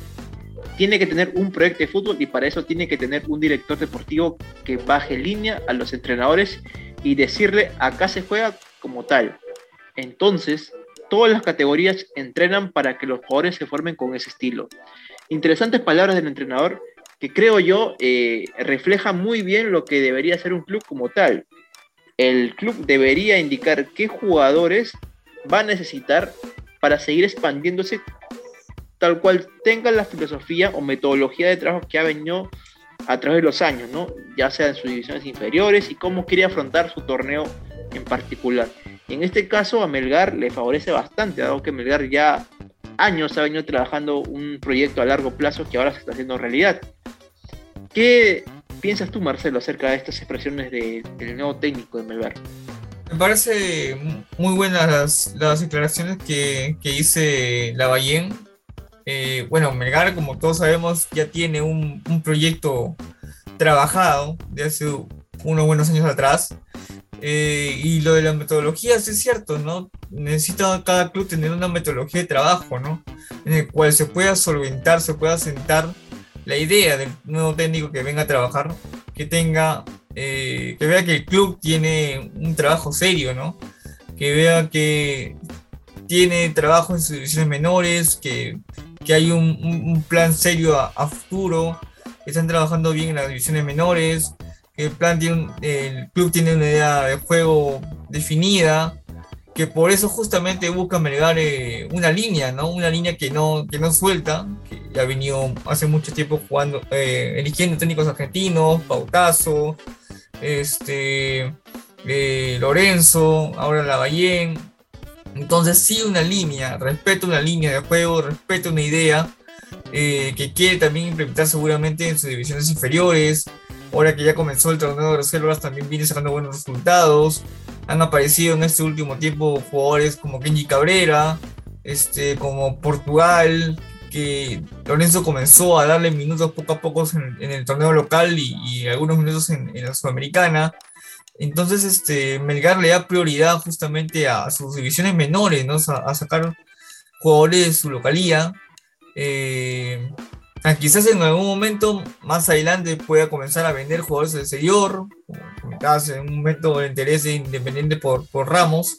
Tiene que tener un proyecto de fútbol, y para eso tiene que tener un director deportivo que baje línea a los entrenadores y decirle: acá se juega como tal. Entonces, todas las categorías entrenan para que los jugadores se formen con ese estilo. Interesantes palabras del entrenador que creo yo eh, reflejan muy bien lo que debería ser un club como tal. El club debería indicar qué jugadores va a necesitar para seguir expandiéndose, tal cual tenga la filosofía o metodología de trabajo que ha venido a través de los años, ¿no? Ya sea en sus divisiones inferiores y cómo quiere afrontar su torneo en particular. Y en este caso a Melgar le favorece bastante, dado que Melgar ya años ha venido trabajando un proyecto a largo plazo que ahora se está haciendo realidad. ¿Qué piensas tú, Marcelo, acerca de estas expresiones de, del nuevo técnico de Melgar? Me parece muy buenas las, las declaraciones que, que dice Lavallén. Eh, bueno, Melgar, como todos sabemos, ya tiene un, un proyecto trabajado de hace unos buenos años atrás. Eh, y lo de la metodología, sí es cierto, ¿no? Necesita cada club tener una metodología de trabajo, ¿no? En el cual se pueda solventar, se pueda sentar la idea del nuevo técnico que venga a trabajar, que tenga, eh, que vea que el club tiene un trabajo serio, ¿no? Que vea que tiene trabajo en sus divisiones menores, que, que hay un, un, un plan serio a, a futuro, que están trabajando bien en las divisiones menores, que el, plan tiene un, el club tiene una idea de juego definida, que por eso justamente busca Melgar eh, una línea, ¿no? Una línea que no, que no suelta, que ha venido hace mucho tiempo jugando, eh, eligiendo técnicos argentinos, Pautazo, este, eh, Lorenzo, ahora Lavallén. Entonces sí, una línea, respeto una línea de juego, respeto una idea eh, que quiere también implementar seguramente en sus divisiones inferiores. Ahora que ya comenzó el torneo de reservas, también viene sacando buenos resultados. Han aparecido en este último tiempo jugadores como Kenji Cabrera, este, como Portugal, que Lorenzo comenzó a darle minutos poco a poco en, en el torneo local y, y algunos minutos en, en la Sudamericana. Entonces este, Melgar le da prioridad justamente a sus divisiones menores, ¿no? A, a sacar jugadores de su localía. Eh, quizás en algún momento más adelante pueda comenzar a vender jugadores del exterior, como comentabas, en un momento el interés Independiente por, por Ramos.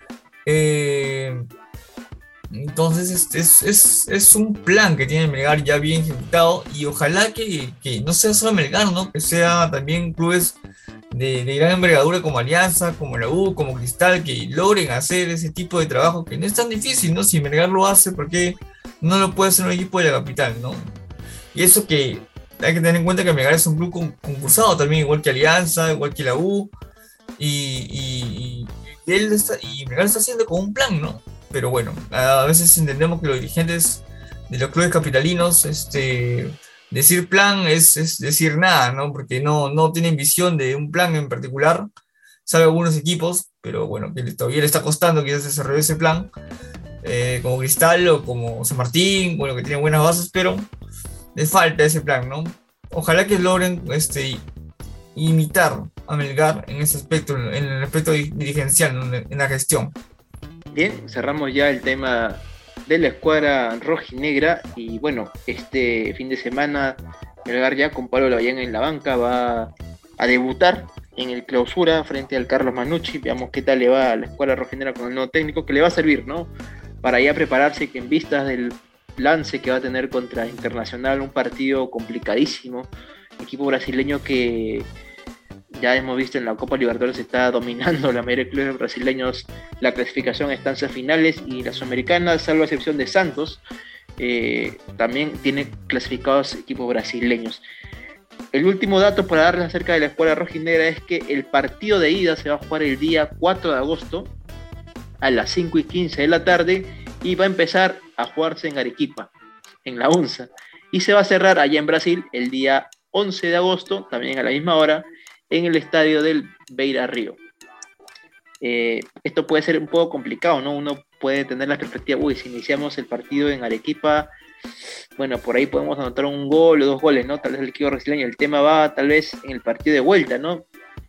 Eh, entonces este, es, es, es un plan que tiene Melgar ya bien ejecutado, y ojalá que, que no sea solo Melgar, ¿no? Que sea también clubes de, de gran envergadura como Alianza, como la U, como Cristal, que logren hacer ese tipo de trabajo que no es tan difícil, ¿no? Si Melgar lo hace, ¿por qué no lo puede hacer un equipo de la capital, ¿no? Y eso que hay que tener en cuenta que Melgar es un club concursado también, igual que Alianza, igual que la U, y, y, y, él está, y Melgar está haciendo con un plan, ¿no? Pero bueno, a veces entendemos que los dirigentes de los clubes capitalinos este, decir plan es, es decir nada, ¿no? Porque no, no tienen visión de un plan en particular, sabe algunos equipos, pero bueno, que todavía le está costando quizás desarrollar ese plan, eh, como Cristal o como San Martín, bueno, que tiene buenas bases, pero les falta ese plan, ¿no? Ojalá que logren este, imitar a Melgar en ese aspecto, en el aspecto dirigencial, ¿no? En la gestión. Bien, cerramos ya el tema de la escuadra rojinegra y bueno, este fin de semana Melgar ya con Pablo Lavallén en la banca va a debutar en el clausura frente al Carlos Manucci. Veamos qué tal le va a la escuadra rojinegra con el nuevo técnico, que le va a servir, ¿no? Para ya prepararse, que en vistas del lance que va a tener contra Internacional, un partido complicadísimo, equipo brasileño que ya hemos visto en la Copa Libertadores está dominando la mayoría de clubes brasileños la clasificación a estancias finales, y la Sudamericana, salvo excepción de Santos, eh, también tiene clasificados equipos brasileños. El último dato para darles acerca de la escuadra rojinegra es que el partido de ida se va a jugar el día cuatro de agosto a las cinco y quince de la tarde y va a empezar a jugarse en Arequipa, en la UNSA, y se va a cerrar allá en Brasil el día once de agosto, también a la misma hora, en el estadio del Beira Río. Eh, esto puede ser un poco complicado, ¿no? Uno puede tener la perspectiva, uy, si iniciamos el partido en Arequipa, bueno, por ahí podemos anotar un gol o dos goles, ¿no? Tal vez el equipo brasileño. El tema va tal vez en el partido de vuelta, ¿no?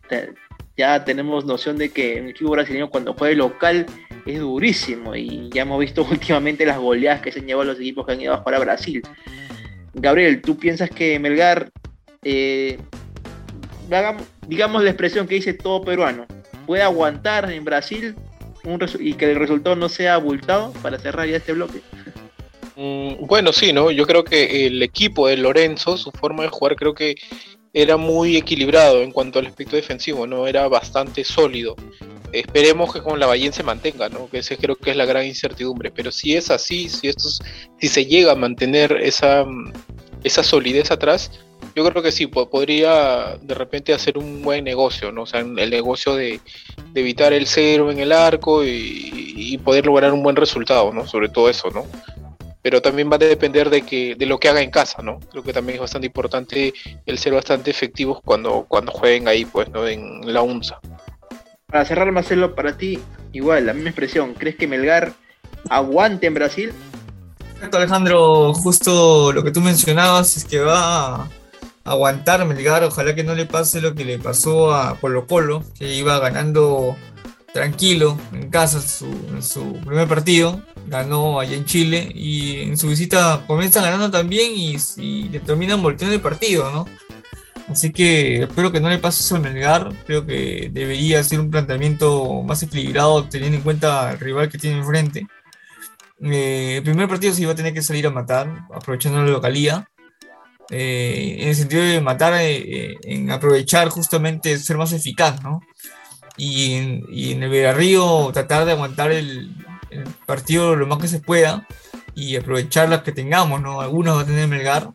Ya tenemos noción de que el equipo brasileño cuando juega local es durísimo, y ya hemos visto últimamente las goleadas que se han llevado los equipos que han ido a jugar a Brasil. Gabriel, ¿tú piensas que Melgar, eh, hagamos, digamos la expresión que dice todo peruano, puede aguantar en Brasil un resu- y que el resultado no sea abultado para cerrar ya este bloque? Mm, bueno, sí, ¿no? Yo creo que el equipo de Lorenzo, su forma de jugar, creo que era muy equilibrado en cuanto al aspecto defensivo, ¿no? Era bastante sólido. Esperemos que con Lavallén se mantenga, ¿no? Que ese creo que es la gran incertidumbre. Pero si es así, si estos, si se llega a mantener esa, esa solidez atrás, yo creo que sí, po- podría de repente hacer un buen negocio, ¿no? O sea, el negocio de, de evitar el cero en el arco y, y poder lograr un buen resultado, ¿no? Sobre todo eso, ¿no? Pero también va a depender de que de lo que haga en casa, ¿no? Creo que también es bastante importante el ser bastante efectivos cuando, cuando jueguen ahí, pues, ¿no? En la UNSA. Para cerrar, Marcelo, para ti, igual, la misma expresión, ¿crees que Melgar aguante en Brasil? Perfecto, Alejandro, justo lo que tú mencionabas es que va a aguantar Melgar. Ojalá que no le pase lo que le pasó a Colo Colo, que iba ganando tranquilo en casa su, en su primer partido, ganó allá en Chile, y en su visita comienza ganando también y, y le terminan volteando el partido, ¿no? Así que espero que no le pase eso a Melgar. Creo que debería ser un planteamiento más equilibrado teniendo en cuenta el rival que tiene enfrente. Eh, el primer partido se iba a tener que salir a matar, aprovechando la localía. Eh, en el sentido de matar, eh, en aprovechar justamente ser más eficaz, ¿no? Y en, y en el Villarrío tratar de aguantar el, el partido lo más que se pueda y aprovechar las que tengamos, ¿no? Algunos va a tener Melgar.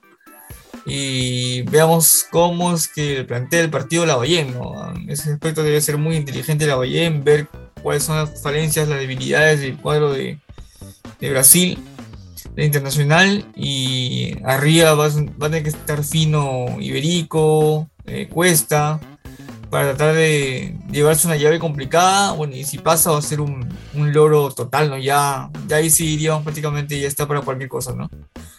Y veamos cómo es que plantea el partido Lavallén, ¿no? En ese aspecto debe ser muy inteligente Lavallén, ver cuáles son las falencias, las debilidades del cuadro de, de Brasil, de Internacional, y arriba va, va a tener que estar fino Iberico, eh, Cuesta, para tratar de llevarse una llave complicada. Bueno, y si pasa va a ser un, un logro total, ¿no? Ya, ya ahí sí diríamos prácticamente ya está para cualquier cosa, ¿no?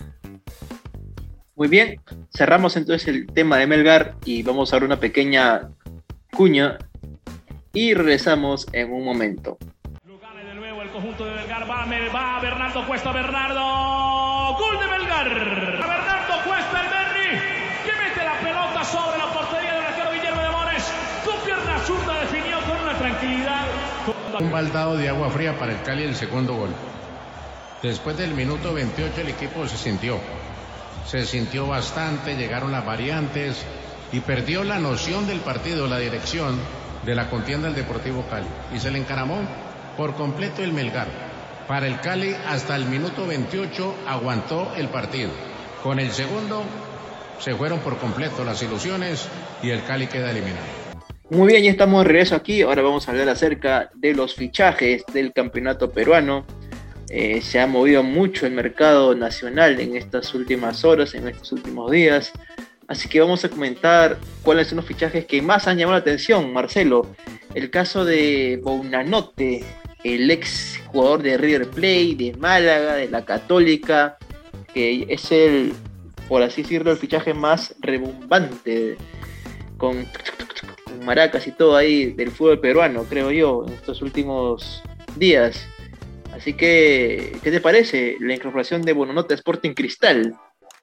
Muy bien, cerramos entonces el tema de Melgar y vamos a dar una pequeña cuña y regresamos en un momento. Lugane de nuevo el conjunto de Melgar, va, va Bernardo Cuesta, Bernardo, gol de Melgar. Bernardo Cuesta, el Berry, que mete la pelota sobre la portería del arquero Guillermo de Mones, con pierna zurda definió con una tranquilidad. Un baldado de agua fría para el Cali, el segundo gol. Después del minuto veintiocho el equipo se sintió. Se sintió bastante, llegaron las variantes y perdió la noción del partido, la dirección de la contienda del Deportivo Cali. Y se le encaramó por completo el Melgar. Para el Cali, hasta el minuto veintiocho aguantó el partido. Con el segundo, se fueron por completo las ilusiones y el Cali queda eliminado. Muy bien, ya estamos de regreso aquí. Ahora vamos a hablar acerca de los fichajes del campeonato peruano. Eh, se ha movido mucho el mercado nacional en estas últimas horas, en estos últimos días. Así que vamos a comentar cuáles son los fichajes que más han llamado la atención, Marcelo. El caso de Bonanote, el ex jugador de River Plate, de Málaga, de la Católica, que es el, por así decirlo, el fichaje más rebumbante, con, con maracas y todo ahí del fútbol peruano, creo yo, en estos últimos días. Así que, ¿qué te parece la incorporación de Bonanote a Sporting Cristal?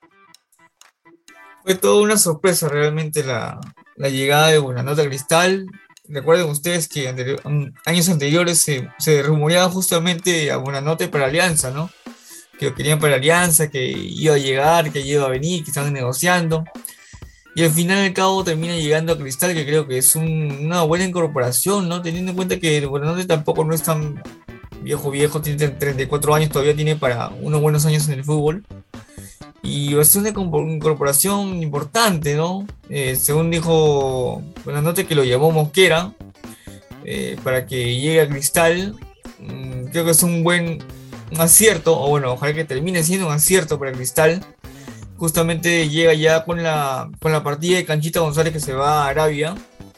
Fue toda una sorpresa realmente la, la llegada de Bonanote a Cristal. Recuerden ustedes que anterior, años anteriores se, se rumoreaba justamente a Bonanote para Alianza, ¿no? Que lo querían para Alianza, que iba a llegar, que iba a venir, que estaban negociando. Y al final y al cabo termina llegando a Cristal, que creo que es un, una buena incorporación, ¿no? Teniendo en cuenta que Bonanote tampoco no es tan viejo viejo, tiene treinta y cuatro años, todavía tiene para unos buenos años en el fútbol. Y va a ser una incorporación importante, ¿no? Eh, según dijo Bonanote, que lo llamó Mosquera eh, para que llegue a Cristal. Mm, creo que es un buen un acierto, o bueno, ojalá que termine siendo un acierto para Cristal. Justamente llega ya con la, con la partida de Canchita González, que se va a Arabia.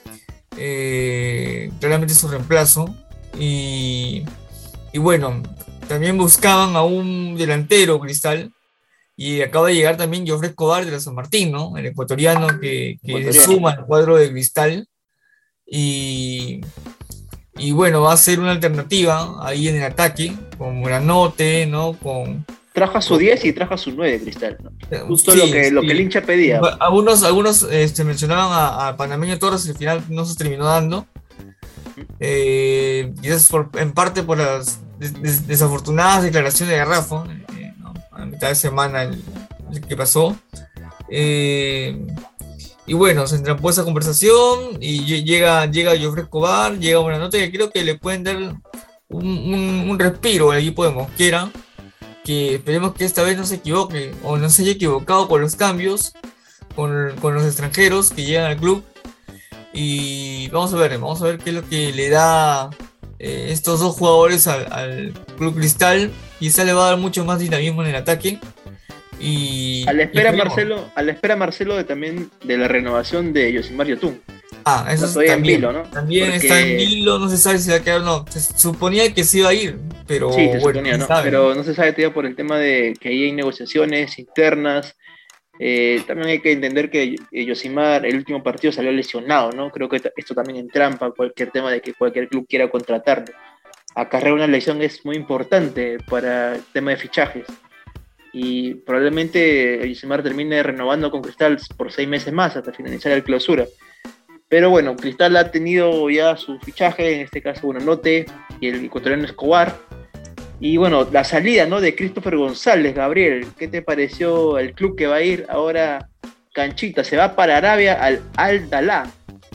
Eh, claramente es su reemplazo. Y, y bueno, también buscaban a un delantero Cristal. Y acaba de llegar también Joffre Escobar de la San Martín, ¿no? El ecuatoriano que, que ecuatoriano. Suma al cuadro de Cristal. Y, y bueno, va a ser una alternativa ahí en el ataque, con Bonanote, ¿no? Con, trajo a su diez y trajo a su nueve Cristal, ¿no? Justo sí, lo, que, sí. lo que el hincha pedía. Algunos, algunos este, mencionaban a, a Panameño Torres, al final no se terminó dando. Eh, quizás por, en parte por las des, des, desafortunadas declaraciones de Garrafo. A mitad de semana el, el que pasó eh, y bueno, se entrampó esa conversación y llega llega Joffre Escobar, llega Bonanote, que creo que le pueden dar un, un, un respiro al equipo de Mosquera, que esperemos que esta vez no se equivoque o no se haya equivocado con los cambios con, con los extranjeros que llegan al club. Y vamos a ver, vamos a ver qué es lo que le da eh, estos dos jugadores al, al Club Cristal. Quizá le va a dar mucho más dinamismo en el ataque. Y a la espera, y Marcelo, a la espera Marcelo de también de la renovación de Yosimar Yotun. Ah, eso no, es también, Vilo, ¿no? También Porque... está en Vilo, no se sabe si va a quedar o no. Se suponía que sí iba a ir, pero sí, se bueno, suponía, ¿no? Sabe. Pero no se sabe todavía por el tema de que ahí hay negociaciones internas. Eh, también hay que entender que Yosimar, el último partido, salió lesionado, ¿no? Creo que esto también entrampa cualquier tema de que cualquier club quiera contratarlo. Acarrear una lesión es muy importante para el tema de fichajes. Y probablemente Yosimar termine renovando con Cristal por seis meses más hasta finalizar el clausura. Pero bueno, Cristal ha tenido ya su fichaje, en este caso Bonanote y el ecuatoriano Escobar. Y bueno, la salida, ¿no?, de Christopher González. Gabriel, ¿qué te pareció el club que va a ir ahora Canchita? Se va para Arabia al Al-Dalá.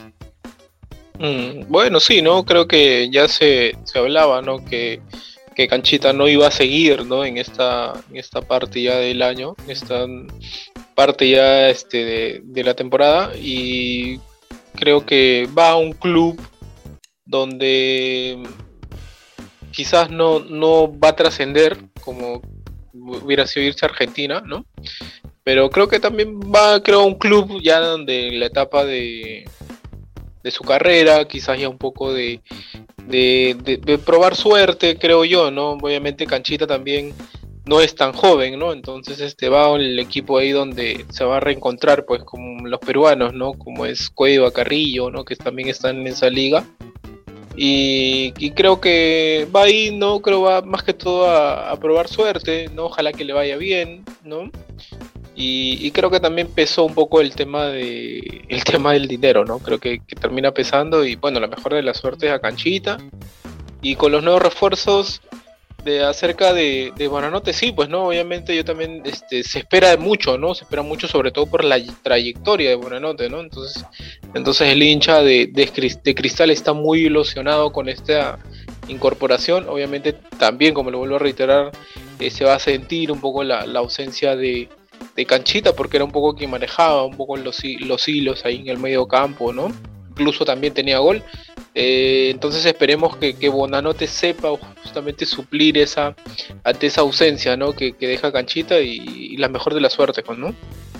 Mm, bueno, sí, ¿no? Creo que ya se, se hablaba, ¿no? Que, que Canchita no iba a seguir, ¿no? En esta, en esta parte ya del año, en esta parte ya este, de, de la temporada. Y creo que va a un club donde quizás no, no va a trascender como hubiera sido irse a Argentina, ¿no? Pero creo que también va, creo, a un club ya donde en la etapa de, de su carrera, quizás ya un poco de, de, de, de probar suerte, creo yo, ¿no? Obviamente Canchita también no es tan joven, ¿no? Entonces este va el equipo ahí donde se va a reencontrar, pues, con los peruanos, ¿no? Como es Cueva, Carrillo, ¿no? Que también están en esa liga. Y, y creo que va ahí, ¿no? Creo va más que todo a, a probar suerte, ¿no? Ojalá que le vaya bien, ¿no? Y, y creo que también pesó un poco el tema de el tema del dinero, ¿no? Creo que, que termina pesando y bueno, la mejor de las suertes a Canchita. Y con los nuevos refuerzos de acerca de, de Bonanote, sí, pues no, obviamente yo también este, se espera mucho, ¿no? Se espera mucho sobre todo por la trayectoria de Bonanote, ¿no? Entonces, entonces el hincha de, de, de Cristal está muy ilusionado con esta incorporación. Obviamente también, como lo vuelvo a reiterar, eh, se va a sentir un poco la, la ausencia de, de Canchita, porque era un poco quien manejaba un poco los, los hilos ahí en el medio campo, ¿no? Incluso también tenía gol, Eh, entonces esperemos que, que Bonanote sepa justamente suplir esa ante esa ausencia, ¿no? que, que deja Canchita y, y la mejor de la suerte, ¿no?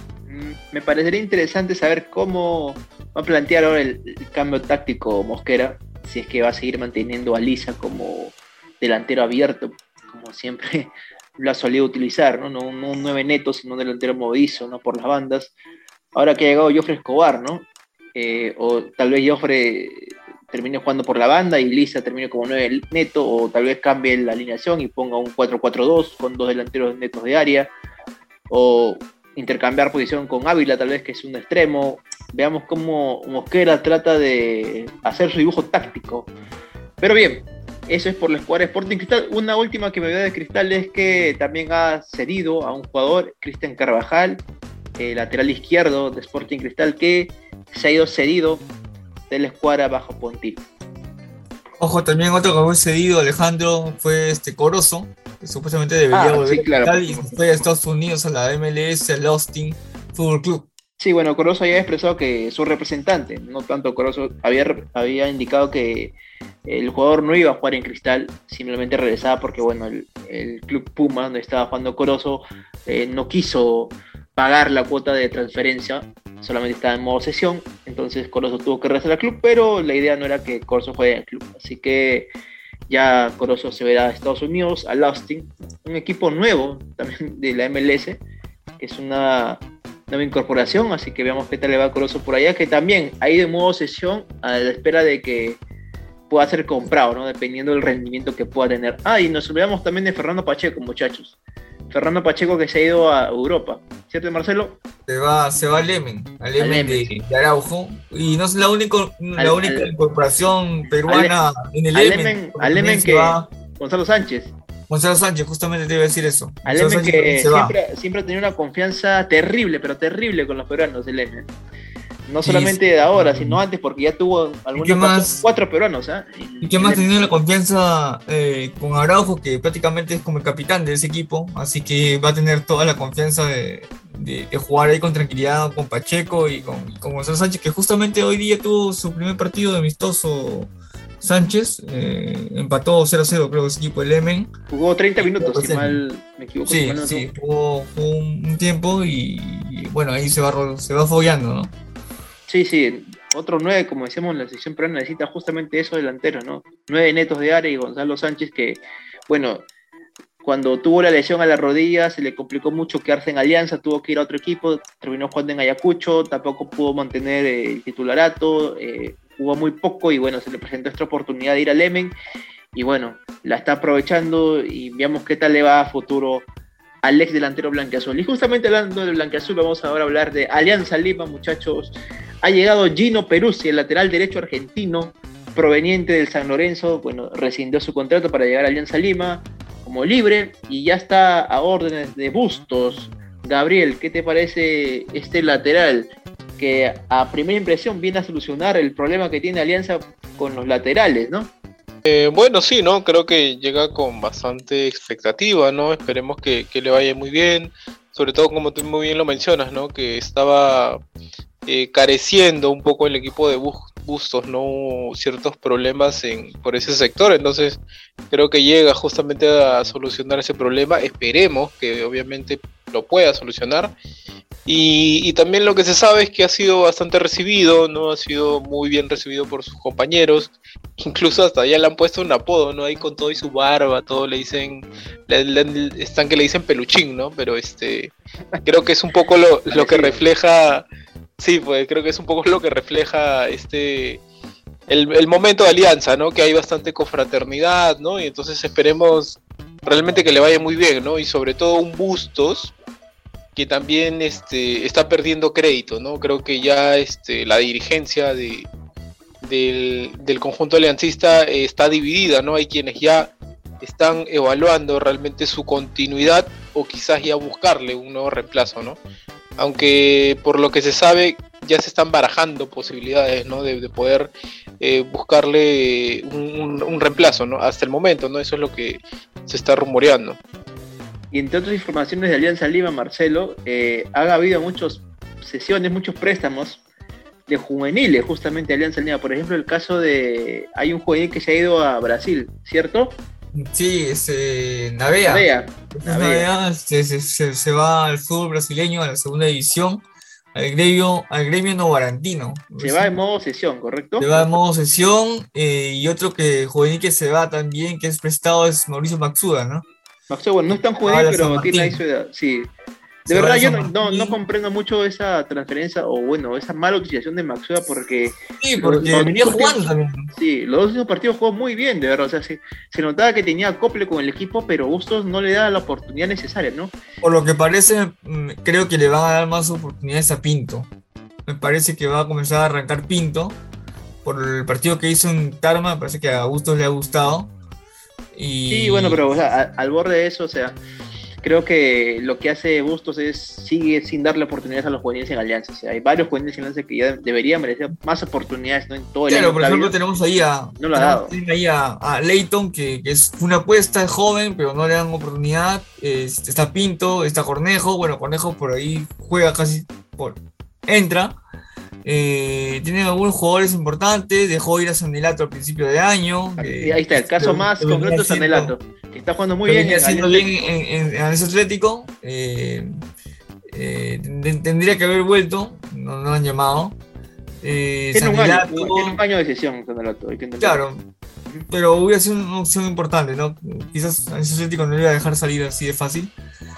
Me parecería interesante saber cómo va a plantear ahora el, el cambio táctico Mosquera, si es que va a seguir manteniendo a Lisa como delantero abierto, como siempre lo ha solido utilizar, ¿no? No, no un nueve neto, sino un delantero movedizo, ¿no? Por las bandas. Ahora que ha llegado Jofre Escobar, ¿no? Eh, o tal vez Jofre termine jugando por la banda y Lisa termine como nueve neto, o tal vez cambie la alineación y ponga un cuatro cuatro dos con dos delanteros netos de área, o intercambiar posición con Ávila, tal vez, que es un extremo. Veamos cómo Mosquera trata de hacer su dibujo táctico. Pero bien, eso es por la escuadra Sporting Cristal. Una última que me veo de Cristal es que también ha cedido a un jugador, Cristian Carvajal, eh, lateral izquierdo de Sporting Cristal, que se ha ido cedido de la escuadra bajo Pontil. Ojo, también otro que fue cedido, Alejandro, fue este Corozo, que supuestamente debería ah, volver sí, claro, a Cristal, y se fue a Estados Unidos a la M L S, al Austin Fútbol Club. Sí, bueno, Corozo ya ha expresado que su representante, no tanto Corozo, había, había indicado que el jugador no iba a jugar en Cristal, simplemente regresaba porque, bueno, el, el club Puma, donde estaba jugando Corozo, eh, no quiso pagar la cuota de transferencia, solamente estaba en modo sesión, entonces Corozo tuvo que regresar al club, pero la idea no era que Corozo juegue en el club, así que ya Corozo se verá a Estados Unidos, al Austin, un equipo nuevo también de la M L S, que es una nueva incorporación, así que veamos qué tal le va a Corozo por allá, que también ha ido en modo sesión a la espera de que pueda ser comprado, ¿no? Dependiendo del rendimiento que pueda tener. Ah, y nos olvidamos también de Fernando Pacheco, muchachos. Fernando Pacheco, que se ha ido a Europa, ¿cierto, Marcelo? Se va, se va al Lemen, al Lemen de, de Araujo, y no es la, único, la al, única al, incorporación peruana al, en el Lemen. Al Lemen que va Gonzalo Sánchez. Gonzalo Sánchez, justamente te iba a decir eso. Al Lemen que siempre, siempre ha tenido una confianza terrible, pero terrible con los peruanos, el Lemen. No solamente sí, de ahora, sino antes, porque ya tuvo algunos más, cuatro peruanos. ¿eh? ¿Y qué más teniendo la confianza eh, con Araujo, que prácticamente es como el capitán de ese equipo? Así que va a tener toda la confianza de, de, de jugar ahí con tranquilidad con Pacheco y con, y con Gonzalo Sánchez, que justamente hoy día tuvo su primer partido de amistoso. Sánchez eh, empató cero a cero, creo que ese equipo del Lemen. Jugó treinta minutos, si mal me equivoco. Sí, si sí, jugó, jugó un tiempo y, y bueno, ahí se va, se va fogueando, ¿no? Sí, sí, otro nueve, como decíamos, la selección peruana necesita justamente esos delanteros, ¿no? Nueve netos de área y Gonzalo Sánchez que, bueno, cuando tuvo la lesión a la rodilla se le complicó mucho quedarse en Alianza, tuvo que ir a otro equipo, terminó jugando en Ayacucho, tampoco pudo mantener el titularato, eh, jugó muy poco y bueno, se le presentó esta oportunidad de ir al Lemen y bueno, la está aprovechando y veamos qué tal le va a futuro al ex delantero blanquiazul. Y justamente hablando de blanquiazul, vamos ahora a hablar de Alianza Lima, muchachos. Ha llegado Gino Peruzzi, el lateral derecho argentino, proveniente del San Lorenzo. Bueno, rescindió su contrato para llegar a Alianza Lima como libre y ya está a órdenes de Bustos. Gabriel, ¿qué te parece este lateral? Que a primera impresión viene a solucionar el problema que tiene Alianza con los laterales, ¿no? Eh, bueno, sí, ¿no? Creo que llega con bastante expectativa, ¿no? Esperemos que, que le vaya muy bien, sobre todo como tú muy bien lo mencionas, ¿no? Que estaba eh, careciendo un poco el equipo de Bustos, ¿no? Ciertos problemas en, por ese sector, entonces creo que llega justamente a solucionar ese problema, esperemos que obviamente lo pueda solucionar. Y, y también lo que se sabe es que ha sido bastante recibido, ¿no? Ha sido muy bien recibido por sus compañeros, incluso hasta ya le han puesto un apodo, ¿no? Ahí con todo y su barba, todo le dicen, le, le, están que le dicen peluchín, ¿no? Pero este, creo que es un poco lo, lo que refleja, sí, pues creo que es un poco lo que refleja este, el, el momento de Alianza, ¿no? Que hay bastante confraternidad, ¿no? Y entonces esperemos realmente que le vaya muy bien, ¿no? Y sobre todo un Bustos, que también este, está perdiendo crédito, ¿no? Creo que ya este, la dirigencia de, del, del conjunto aliancista eh, está dividida, ¿no? Hay quienes ya están evaluando realmente su continuidad o quizás ya buscarle un nuevo reemplazo, ¿no? Aunque por lo que se sabe ya se están barajando posibilidades, ¿no? De, de poder eh, buscarle un, un reemplazo, ¿no? Hasta el momento, ¿no? Eso es lo que se está rumoreando. Y entre otras informaciones de Alianza Lima, Marcelo, eh, ha habido muchas sesiones, muchos préstamos de juveniles, justamente Alianza Lima. Por ejemplo, el caso de, hay un juvenil que se ha ido a Brasil, ¿cierto? Sí, este, Navea. Navea. Navea se, se, se, se va al fútbol brasileño, a la segunda división, al gremio, al gremio Novarantino. Se ¿sí? va en modo sesión, ¿correcto? Se va en modo sesión, eh, y otro que juvenil que se va también, que es prestado, es Mauricio Maxuda, ¿no? Maxuda, bueno, no es tan juvenil, pero tiene ahí su edad, sí. De verdad, yo no, no, no comprendo mucho esa transferencia, o bueno, esa mala utilización de Maxuda, porque... Sí, porque los, venía jugando también. Sí, los dos últimos partidos jugó muy bien, de verdad. O sea, se, se notaba que tenía acople con el equipo, pero Bustos no le da la oportunidad necesaria, ¿no? Por lo que parece, creo que le van a dar más oportunidades a Pinto. Me parece que va a comenzar a arrancar Pinto. Por el partido que hizo en Tarma, me parece que a Bustos le ha gustado. Y... Sí, bueno, pero o sea, a, al borde de eso, o sea... Creo que lo que hace Bustos es sigue sin darle oportunidades a los juveniles en Alianza. O sea, hay varios juveniles en Alianza que ya deberían merecer más oportunidades, ¿no? En todo el claro, año. Por ejemplo, tenemos ahí a, no lo ha dado. Ahí a, a Leighton, que, que es una apuesta, es joven, pero no le dan oportunidad. Este, está Pinto, está Cornejo. Bueno, Cornejo por ahí juega casi por. Entra. Eh, tiene algunos jugadores importantes. Dejó ir a Sanelato al principio de año. Eh, ahí está, el caso más concreto es Sanelato. Que está jugando muy bien. Haciendo bien en, en, en Alianza Atlético. Eh, eh, tendría que haber vuelto. No, no lo han llamado. Eh, tiene, un año, tiene un año de sesión Sanelato. Claro. Pero hubiera sido una opción importante, ¿no? Quizás Alianza Atlético no le iba a dejar salir así de fácil.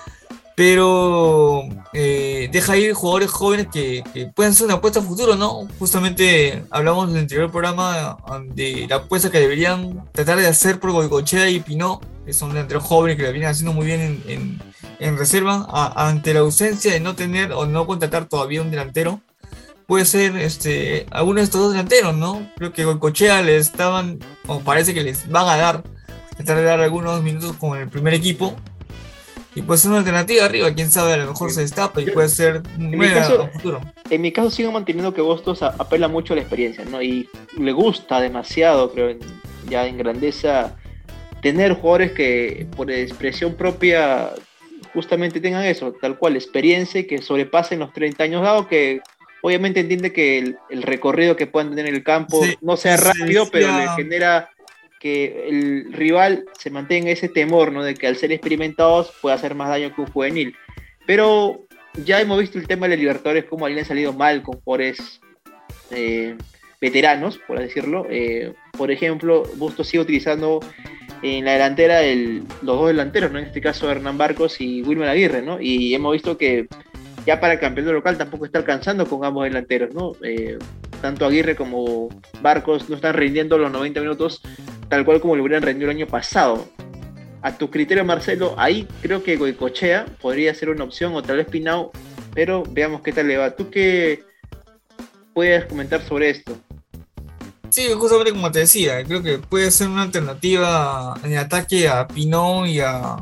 Pero eh, deja ir jugadores jóvenes que, que pueden ser una apuesta a futuro, ¿no? Justamente hablamos en el anterior programa de la apuesta que deberían tratar de hacer por Goicoechea y Pinó, que son delanteros jóvenes que la vienen haciendo muy bien en, en, en reserva, a, ante la ausencia de no tener o no contratar todavía un delantero. Puede ser este, alguno de estos dos delanteros, ¿no? Creo que Goicoechea les estaban, o parece que les van a dar, tratar de dar algunos minutos con el primer equipo. Y puede ser una alternativa arriba, quién sabe, a lo mejor se destapa y puede ser en mi caso, futuro. En mi caso sigo manteniendo que Bustos apela mucho a la experiencia, ¿no? Y le gusta demasiado, creo, en, ya en grandeza, tener jugadores que por expresión propia justamente tengan eso, tal cual, experiencia y que sobrepasen los treinta años, dado que obviamente entiende que el, el recorrido que puedan tener en el campo sí, no sea rápido, sí, pero sí, le genera... que el rival se mantenga ese temor, ¿no? De que al ser experimentados puede hacer más daño que un juvenil. Pero ya hemos visto el tema de los Libertadores, cómo le han salido mal con jugadores eh, veteranos, por decirlo. Eh, por ejemplo, Bustos sigue utilizando en la delantera el, los dos delanteros, ¿no? En este caso Hernán Barcos y Wilmer Aguirre, ¿no? Y hemos visto que ya para el campeonato local tampoco está alcanzando con ambos delanteros, ¿no? Eh, tanto Aguirre como Barcos no están rindiendo los noventa minutos tal cual como lo hubieran rendido el año pasado. A tu criterio, Marcelo, ahí creo que Goicoechea podría ser una opción, o tal vez Pinau, pero veamos qué tal le va. ¿Tú qué puedes comentar sobre esto? Sí, justamente como te decía, creo que puede ser una alternativa en el ataque a Pinau y a,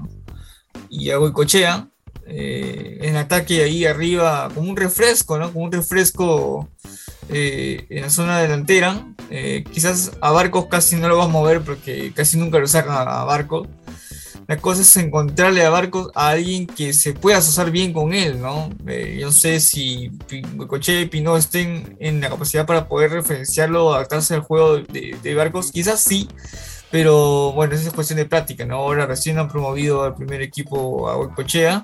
y a Goicoechea. Eh, en ataque ahí arriba, como un refresco, ¿no? Como un refresco eh, en la zona delantera. Eh, quizás a Barcos casi no lo vas a mover porque casi nunca lo sacan a, a Barcos. La cosa es encontrarle a Barcos a alguien que se pueda asociar bien con él, ¿no? Eh, yo no sé si Goicoechea y Pinó estén en la capacidad para poder referenciarlo, adaptarse al juego de, de Barcos. Quizás sí, pero bueno, esa es cuestión de práctica, ¿no? Ahora recién han promovido al primer equipo a Goicoechea.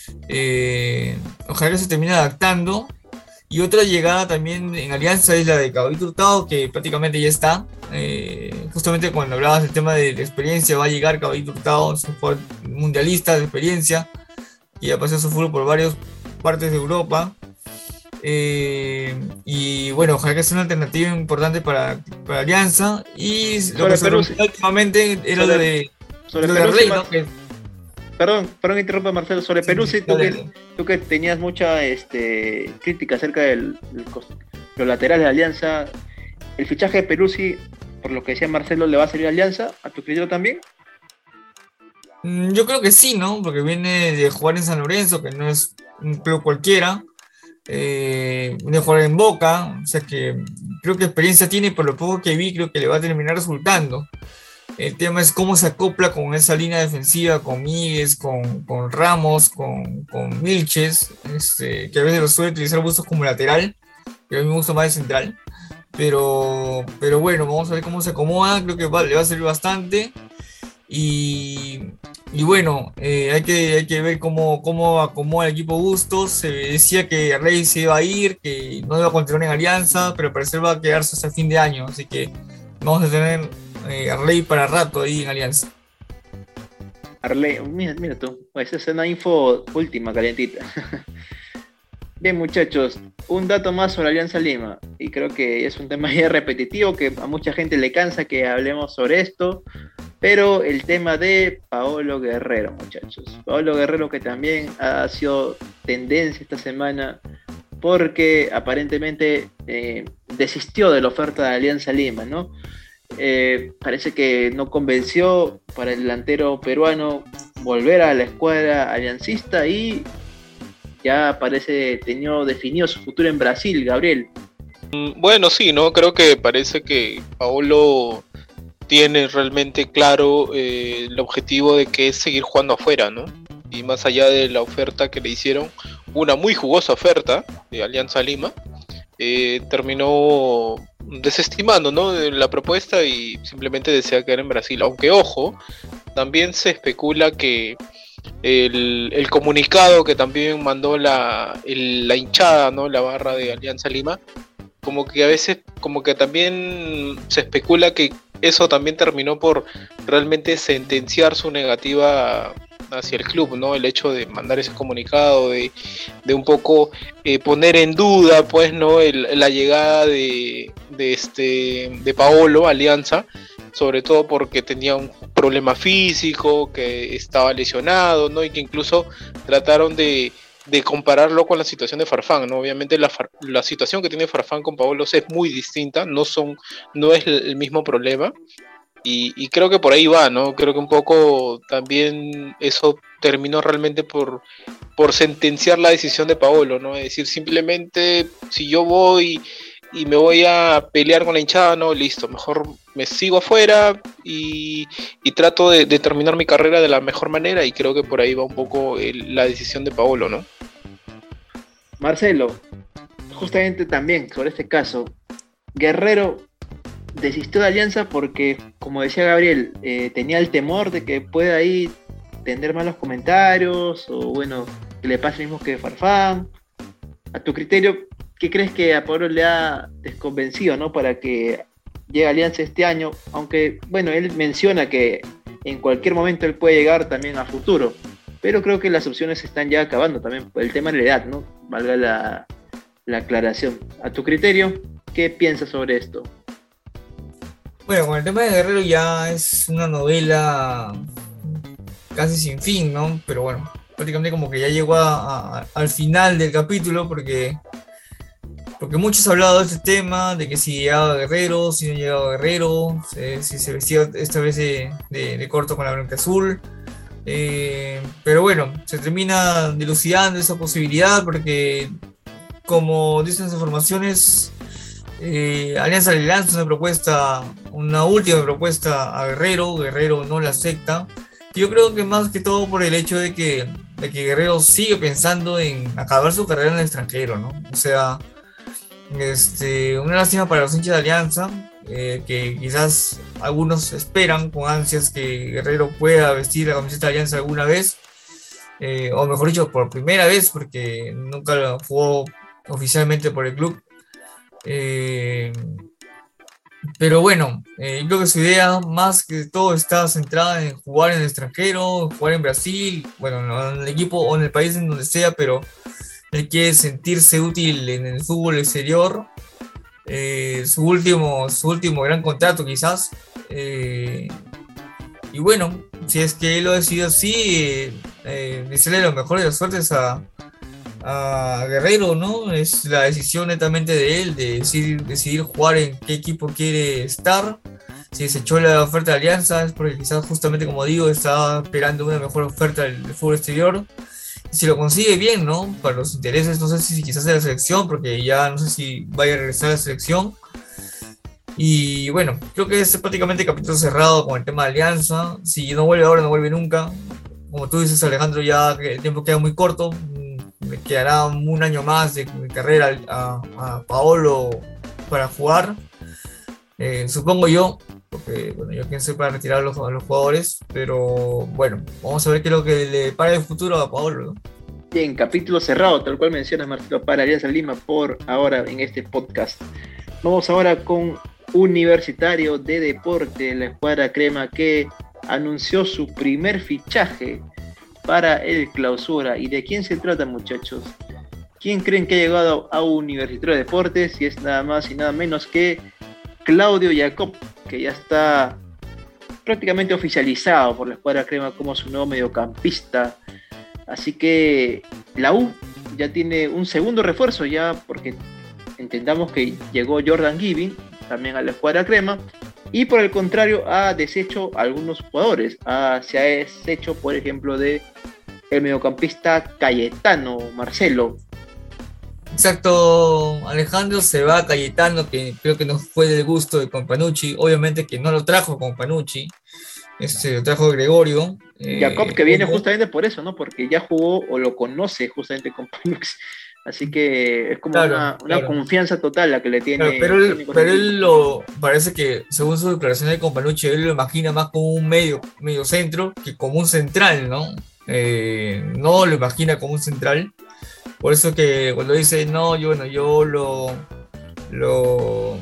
Eh, ojalá que se termine adaptando. Y otra llegada también en Alianza es la de Caballito Hurtado, que prácticamente ya está. Eh, justamente cuando hablabas del tema de la experiencia, va a llegar Caballito Hurtado, es un jugador mundialista de experiencia, y ha pasado su fútbol por varias partes de Europa. Eh, y bueno, ojalá que sea una alternativa importante para, para Alianza. Y lo sobre que se Perú, últimamente era sobre, lo de, sobre lo de Perú, Arley, ¿no? Que, Perdón, perdón que interrumpa, Marcelo. Sobre Sí, Perú, sí, tú, dale. que, tú que tenías mucha este, crítica acerca de los laterales de Alianza, el fichaje de Perú, sí, por lo que decía Marcelo, ¿le va a salir a Alianza? ¿A tu criterio también? Mm, Yo creo que sí, ¿no? Porque viene de jugar en San Lorenzo, que no es un club cualquiera. Eh, viene a jugar en Boca, o sea que creo que experiencia tiene, y por lo poco que vi, creo que le va a terminar resultando. El tema es cómo se acopla con esa línea defensiva, con Míguez, con, con Ramos, con, con Vilches, este, que a veces lo suele utilizar Bustos como lateral. que a mí me gusta más de central. Pero, pero bueno, vamos a ver cómo se acomoda, creo que va, le va a servir bastante. Y, y bueno, eh, hay, que, hay que ver cómo, cómo acomoda el equipo Bustos. Se decía que Rey se iba a ir, que no iba a continuar en Alianza, pero al parecer va a quedarse hasta el fin de año. Así que vamos a tener eh, a Rey para rato ahí en Alianza. Arley, mira, mira tú, esa es una info última, calientita. Bien, muchachos, un dato más sobre Alianza Lima, y creo que es un tema ya repetitivo, que a mucha gente le cansa que hablemos sobre esto, pero el tema de Paolo Guerrero, muchachos. Paolo Guerrero, que también ha sido tendencia esta semana, porque aparentemente eh, desistió de la oferta de Alianza Lima, ¿no? Eh, parece que no convenció para el delantero peruano volver a la escuadra aliancista y ya parece tenido definido su futuro en Brasil, Gabriel. Bueno, sí, ¿no? Creo que parece que Paolo tiene realmente claro eh, el objetivo de que es seguir jugando afuera, ¿no? Y más allá de la oferta que le hicieron, una muy jugosa oferta de Alianza Lima, eh, terminó desestimando, ¿no?, la propuesta y simplemente desea quedar en Brasil. Aunque ojo, también se especula que el, el comunicado que también mandó la, el, la hinchada, ¿no?, la barra de Alianza Lima, como que a veces como que también se especula que eso también terminó por realmente sentenciar su negativa hacia el club, ¿no? El hecho de mandar ese comunicado, de, de un poco eh, poner en duda, pues, ¿no?, el, la llegada de, de este de Paolo a Alianza, sobre todo porque tenía un problema físico, que estaba lesionado, ¿no? Y que incluso trataron de, de compararlo con la situación de Farfán, ¿no? Obviamente la, la situación que tiene Farfán con Paolo es muy distinta, no son, no es el mismo problema. Y, y creo que por ahí va, ¿no? Creo que un poco también eso terminó realmente por, por sentenciar la decisión de Paolo, ¿no? Es decir, simplemente si yo voy y me voy a pelear con la hinchada, no, listo, mejor me sigo afuera y, y trato de, de terminar mi carrera de la mejor manera, y creo que por ahí va un poco el, la decisión de Paolo, ¿no? Marcelo, justamente también sobre este caso, Guerrero desistió de Alianza porque, como decía Gabriel, eh, tenía el temor de que pueda ahí tener malos comentarios o bueno, que le pase lo mismo que Farfán. A tu criterio, ¿qué crees que a Pablo le ha desconvencido, ¿no?, para que llegue a Alianza este año? Aunque, bueno, él menciona que en cualquier momento él puede llegar también a futuro, pero creo que las opciones se están ya acabando también por el tema de la edad, ¿no? Valga la, la aclaración. A tu criterio, ¿qué piensas sobre esto? Bueno, con el tema de Guerrero ya es una novela casi sin fin, ¿no? Pero bueno, prácticamente como que ya llegó a, a, al final del capítulo, porque, porque muchos han hablado de este tema, de que si llegaba Guerrero, si no llegaba Guerrero, si, si se vestía esta vez de, de, de corto con la blanca azul. Eh, pero bueno, se termina dilucidando esa posibilidad porque, como dicen las informaciones, Eh, Alianza le lanza una propuesta, una última propuesta a Guerrero. Guerrero no la acepta. Yo creo que más que todo por el hecho de que, de que Guerrero sigue pensando en acabar su carrera en el extranjero, ¿no? O sea, este, una lástima para los hinchas de Alianza, eh, que quizás algunos esperan con ansias que Guerrero pueda vestir la camiseta de Alianza alguna vez, eh, o mejor dicho, por primera vez, porque nunca jugó oficialmente por el club. Eh, pero bueno, eh, creo que su idea más que todo está centrada en jugar en el extranjero, jugar en Brasil, bueno, en el equipo o en el país en donde sea, pero él quiere sentirse útil en el fútbol exterior. Eh, su último, su último gran contrato quizás, eh, y bueno, si es que él lo decidió así, eh, eh, desearle lo mejor de las suertes a a Guerrero, ¿no? Es la decisión netamente de él, de decidir, decidir jugar en qué equipo quiere estar. Si se echó la oferta de Alianza es porque quizás justamente, como digo, está esperando una mejor oferta del, del fútbol exterior. Y si lo consigue bien, ¿no? Para los intereses, no sé si quizás de la selección, porque ya no sé si vaya a regresar a la selección. Y bueno, creo que es prácticamente capítulo cerrado con el tema de Alianza. Si no vuelve ahora, no vuelve nunca. Como tú dices, Alejandro, ya el tiempo queda muy corto. le quedará un año más de, de carrera a, a Paolo para jugar, eh, supongo yo, porque bueno, yo quién soy para retirar a los, a los jugadores, pero bueno, vamos a ver qué es lo que le para el futuro a Paolo, ¿no? Bien, capítulo cerrado, tal cual mencionas, Marcelo, para Alianza Lima por ahora en este podcast. Vamos ahora con Universitario de Deporte, la escuadra crema que anunció su primer fichaje para el Clausura. ¿Y de quién se trata, muchachos? ¿Quién creen que ha llegado a Universitario de Deporte? Si es nada más y nada menos que Claudio Jacob, que ya está prácticamente oficializado por la escuadra crema como su nuevo mediocampista. Así que la U ya tiene un segundo refuerzo ya, porque entendamos que llegó Jordan Giving también a la escuadra crema, y por el contrario ha deshecho a algunos jugadores. Ah, se ha deshecho, por ejemplo, de el mediocampista Cayetano, Marcelo. Exacto, Alejandro, se va Cayetano, que creo que no fue del gusto de Companucci, obviamente que no lo trajo Companucci, este, lo trajo Gregorio. Jacob, que viene eh, justamente por eso, ¿no? Porque ya jugó o lo conoce justamente Companucci. Así que es como claro, una, una claro. confianza total la que le tiene. Claro, pero él, pero él lo parece que, según su declaración de Companucci, él lo imagina más como un medio, medio centro que como un central, ¿no? Eh, no lo imagina como un central. Por eso que cuando dice, no, yo, bueno, yo lo, lo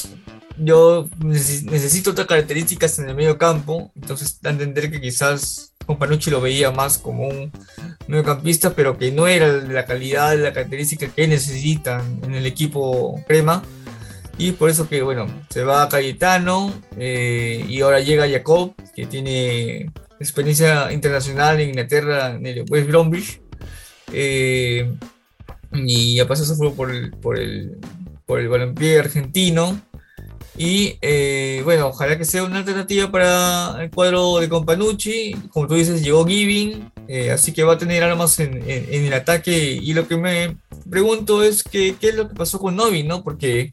yo necesito otras características en el medio campo, entonces da a entender que quizás Companucci lo veía más como un mediocampista, pero que no era de la calidad, de la característica que necesitan en el equipo crema, y por eso que, bueno, se va a Cayetano, eh, y ahora llega Jacob, que tiene experiencia internacional en Inglaterra, en el West Bromwich, eh, y ya pasó eso por el, por el, por el balompié argentino. Y eh, bueno, ojalá que sea una alternativa para el cuadro de Companucci. Como tú dices, llegó Giving, eh, así que va a tener armas en, en, en el ataque. Y lo que me pregunto es que, qué es lo que pasó con Novi, ¿no? Porque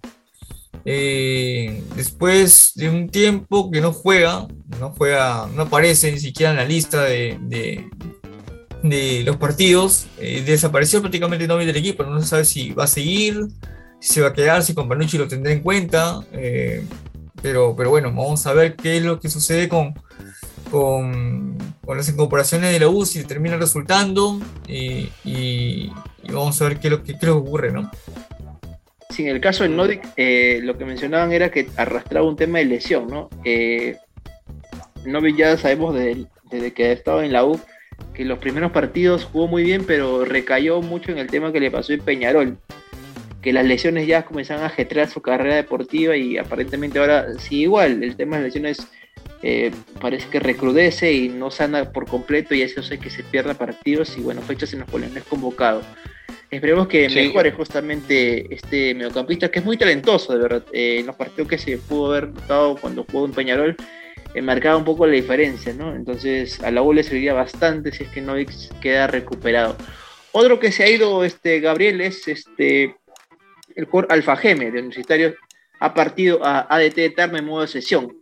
eh, después de un tiempo que no juega, no juega, no aparece ni siquiera en la lista de, de, de los partidos, eh, desapareció prácticamente Novi del equipo. No se sabe si va a seguir, si se va a quedar, si Companucci lo tendrá en cuenta, eh, pero, pero bueno, vamos a ver qué es lo que sucede con, con, con las incorporaciones de la U, si termina resultando, y, y, y vamos a ver qué es lo que, qué es lo que ocurre, ¿no? Sí, en el caso del Nodic, eh, lo que mencionaban era que arrastraba un tema de lesión, ¿no? Eh, Novik ya sabemos desde, desde que ha estado en la U que los primeros partidos jugó muy bien, pero recayó mucho en el tema que le pasó en Peñarol, que las lesiones ya comenzaron a ajetrear su carrera deportiva, y aparentemente ahora sí igual, el tema de las lesiones eh, parece que recrudece y no sana por completo, y eso hace que se pierda partidos y bueno, fechas en las cuales no es convocado. Esperemos que sí mejore justamente este mediocampista, que es muy talentoso, de verdad. Eh, en los partidos que se pudo haber notado cuando jugó en Peñarol, eh, marcaba un poco la diferencia, ¿no? Entonces a la U le serviría bastante si es que Novik queda recuperado. Otro que se ha ido, este, Gabriel, es este... el jugador Alfa Geme de Universitario, ha partido a A D T de Tarma en modo de sesión.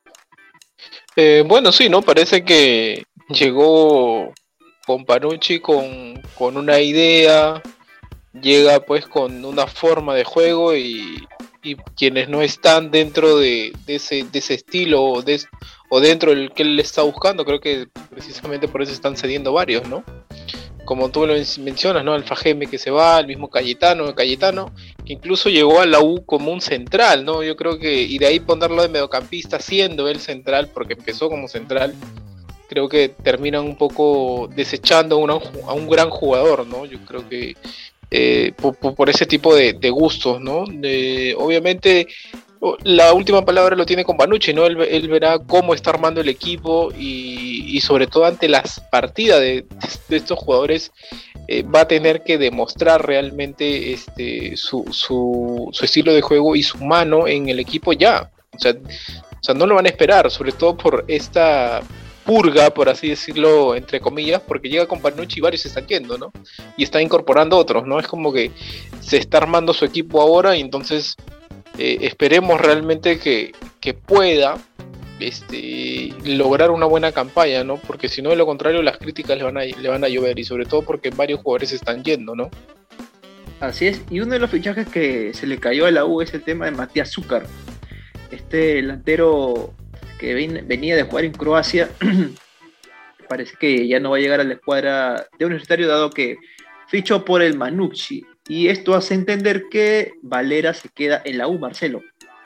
Eh, bueno, sí, ¿no? Parece que llegó Companucci con, con una idea, llega pues con una forma de juego, y, y quienes no están dentro de, de, ese, de ese estilo o, de, o dentro del que él está buscando, creo que precisamente por eso están cediendo varios, ¿no? Como tú lo mencionas, ¿no? Alfa Geme que se va, el mismo Cayetano, Cayetano, que incluso llegó a la U como un central, ¿no? Yo creo que, y de ahí ponerlo de mediocampista, siendo él central, porque empezó como central, creo que terminan un poco desechando a, una, a un gran jugador, ¿no? Yo creo que eh, por, por ese tipo de, de gustos, ¿no? De, obviamente la última palabra lo tiene Companucci, ¿no? Él, él verá cómo está armando el equipo, y, y sobre todo ante las partidas de, de estos jugadores, eh, va a tener que demostrar realmente este, su, su, su estilo de juego y su mano en el equipo ya. O sea, o sea, no lo van a esperar, sobre todo por esta purga, por así decirlo, entre comillas, porque llega Companucci y varios se están yendo, ¿no? Y está incorporando otros, ¿no? Es como que se está armando su equipo ahora, y entonces... Eh, esperemos realmente que, que pueda este, lograr una buena campaña, ¿no? Porque si no, de lo contrario, las críticas le van a, le van a llover, y sobre todo porque varios jugadores están yendo, ¿no? Así es, y uno de los fichajes que se le cayó a la U es el tema de Matías Zúcar, este delantero que ven, venía de jugar en Croacia. Parece que ya no va a llegar a la escuadra de Universitario, dado que fichó por el Manucci, y esto hace entender que Valera se queda en la U, Marcelo.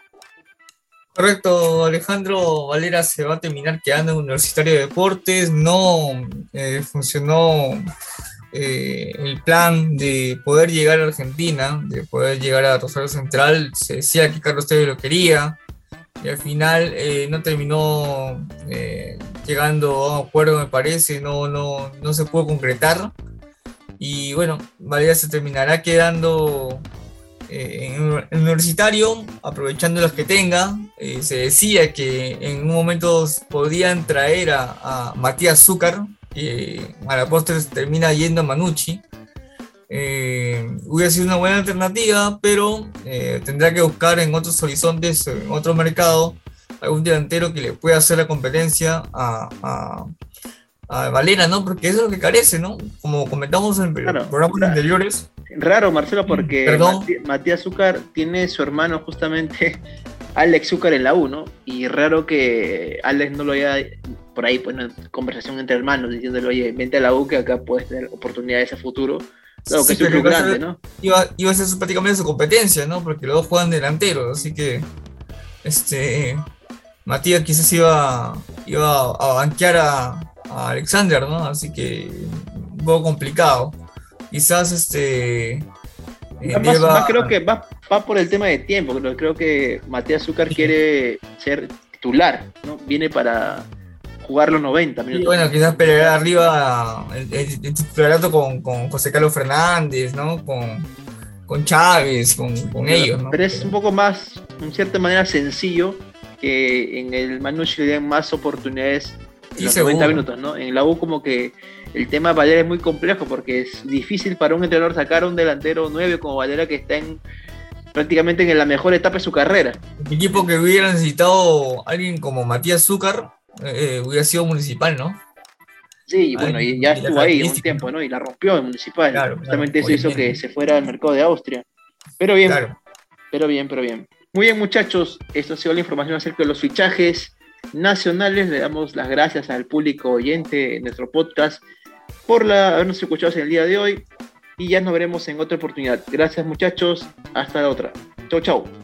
Correcto, Alejandro. Valera se va a terminar quedando en Universitario de Deportes. No eh, funcionó eh, el plan de poder llegar a Argentina, de poder llegar a Rosario Central. Se decía que Carlos Tevez lo quería, y al final eh, no terminó eh, llegando a un acuerdo, me parece. No, no, no se pudo concretar, y bueno, Valera se terminará quedando en el Universitario, aprovechando los que tenga. Eh, se decía que en un momento podían traer a, a Matías Zúcar, y a la postre termina yendo a Manucci. Eh, hubiera sido una buena alternativa, pero eh, tendrá que buscar en otros horizontes, en otro mercado, algún delantero que le pueda hacer la competencia a, a, a Valera, ¿no? Porque eso es lo que carece, ¿no? Como comentamos en claro, programas claro. anteriores. Raro, Marcelo, porque Mati- Matías Zúcar tiene su hermano justamente Alex Zúcar en la U, ¿no? Y raro que Alex no lo haya por ahí, pues, una conversación entre hermanos, diciéndole, oye, vente a la U que acá puedes tener oportunidades a futuro. Claro, sí, que es un club grande, ¿no? Iba, iba a ser prácticamente su competencia, ¿no? Porque los dos juegan delanteros, así que este Matías quizás iba, iba a banquear a, a Alexander, ¿no? Así que un poco complicado. Quizás este eh, más, deba... más creo que va, va por el tema de tiempo. Creo, creo que Matías Zúcar quiere ser titular, ¿no? Viene para jugar los noventa minutos. Y bueno, quizás pelear arriba el, el, el titularato con, con José Carlos Fernández, ¿no? Con, con Chávez, con, con pero, ellos, ¿no? Pero es un poco más, en cierta manera, sencillo que en el Manucci le den más oportunidades en sí, los seguro. noventa minutos, ¿no? En la U como que el tema de Valera es muy complejo, porque es difícil para un entrenador sacar a un delantero nueve como Valera, que está en, prácticamente en la mejor etapa de su carrera. El equipo que hubiera necesitado alguien como Matías Zúcar eh, hubiera sido Municipal, ¿no? Sí, bueno, y ya estuvo ahí un tiempo, ¿no? Y la rompió en Municipal. Claro, justamente claro, eso hizo que se fuera al mercado de Austria. Pero bien, claro. pero bien, pero bien. Muy bien, muchachos, esto ha sido la información acerca de los fichajes nacionales. Le damos las gracias al público oyente de nuestro podcast por la, habernos escuchado en el día de hoy, y ya nos veremos en otra oportunidad. Gracias, muchachos, hasta la otra. Chau, chau.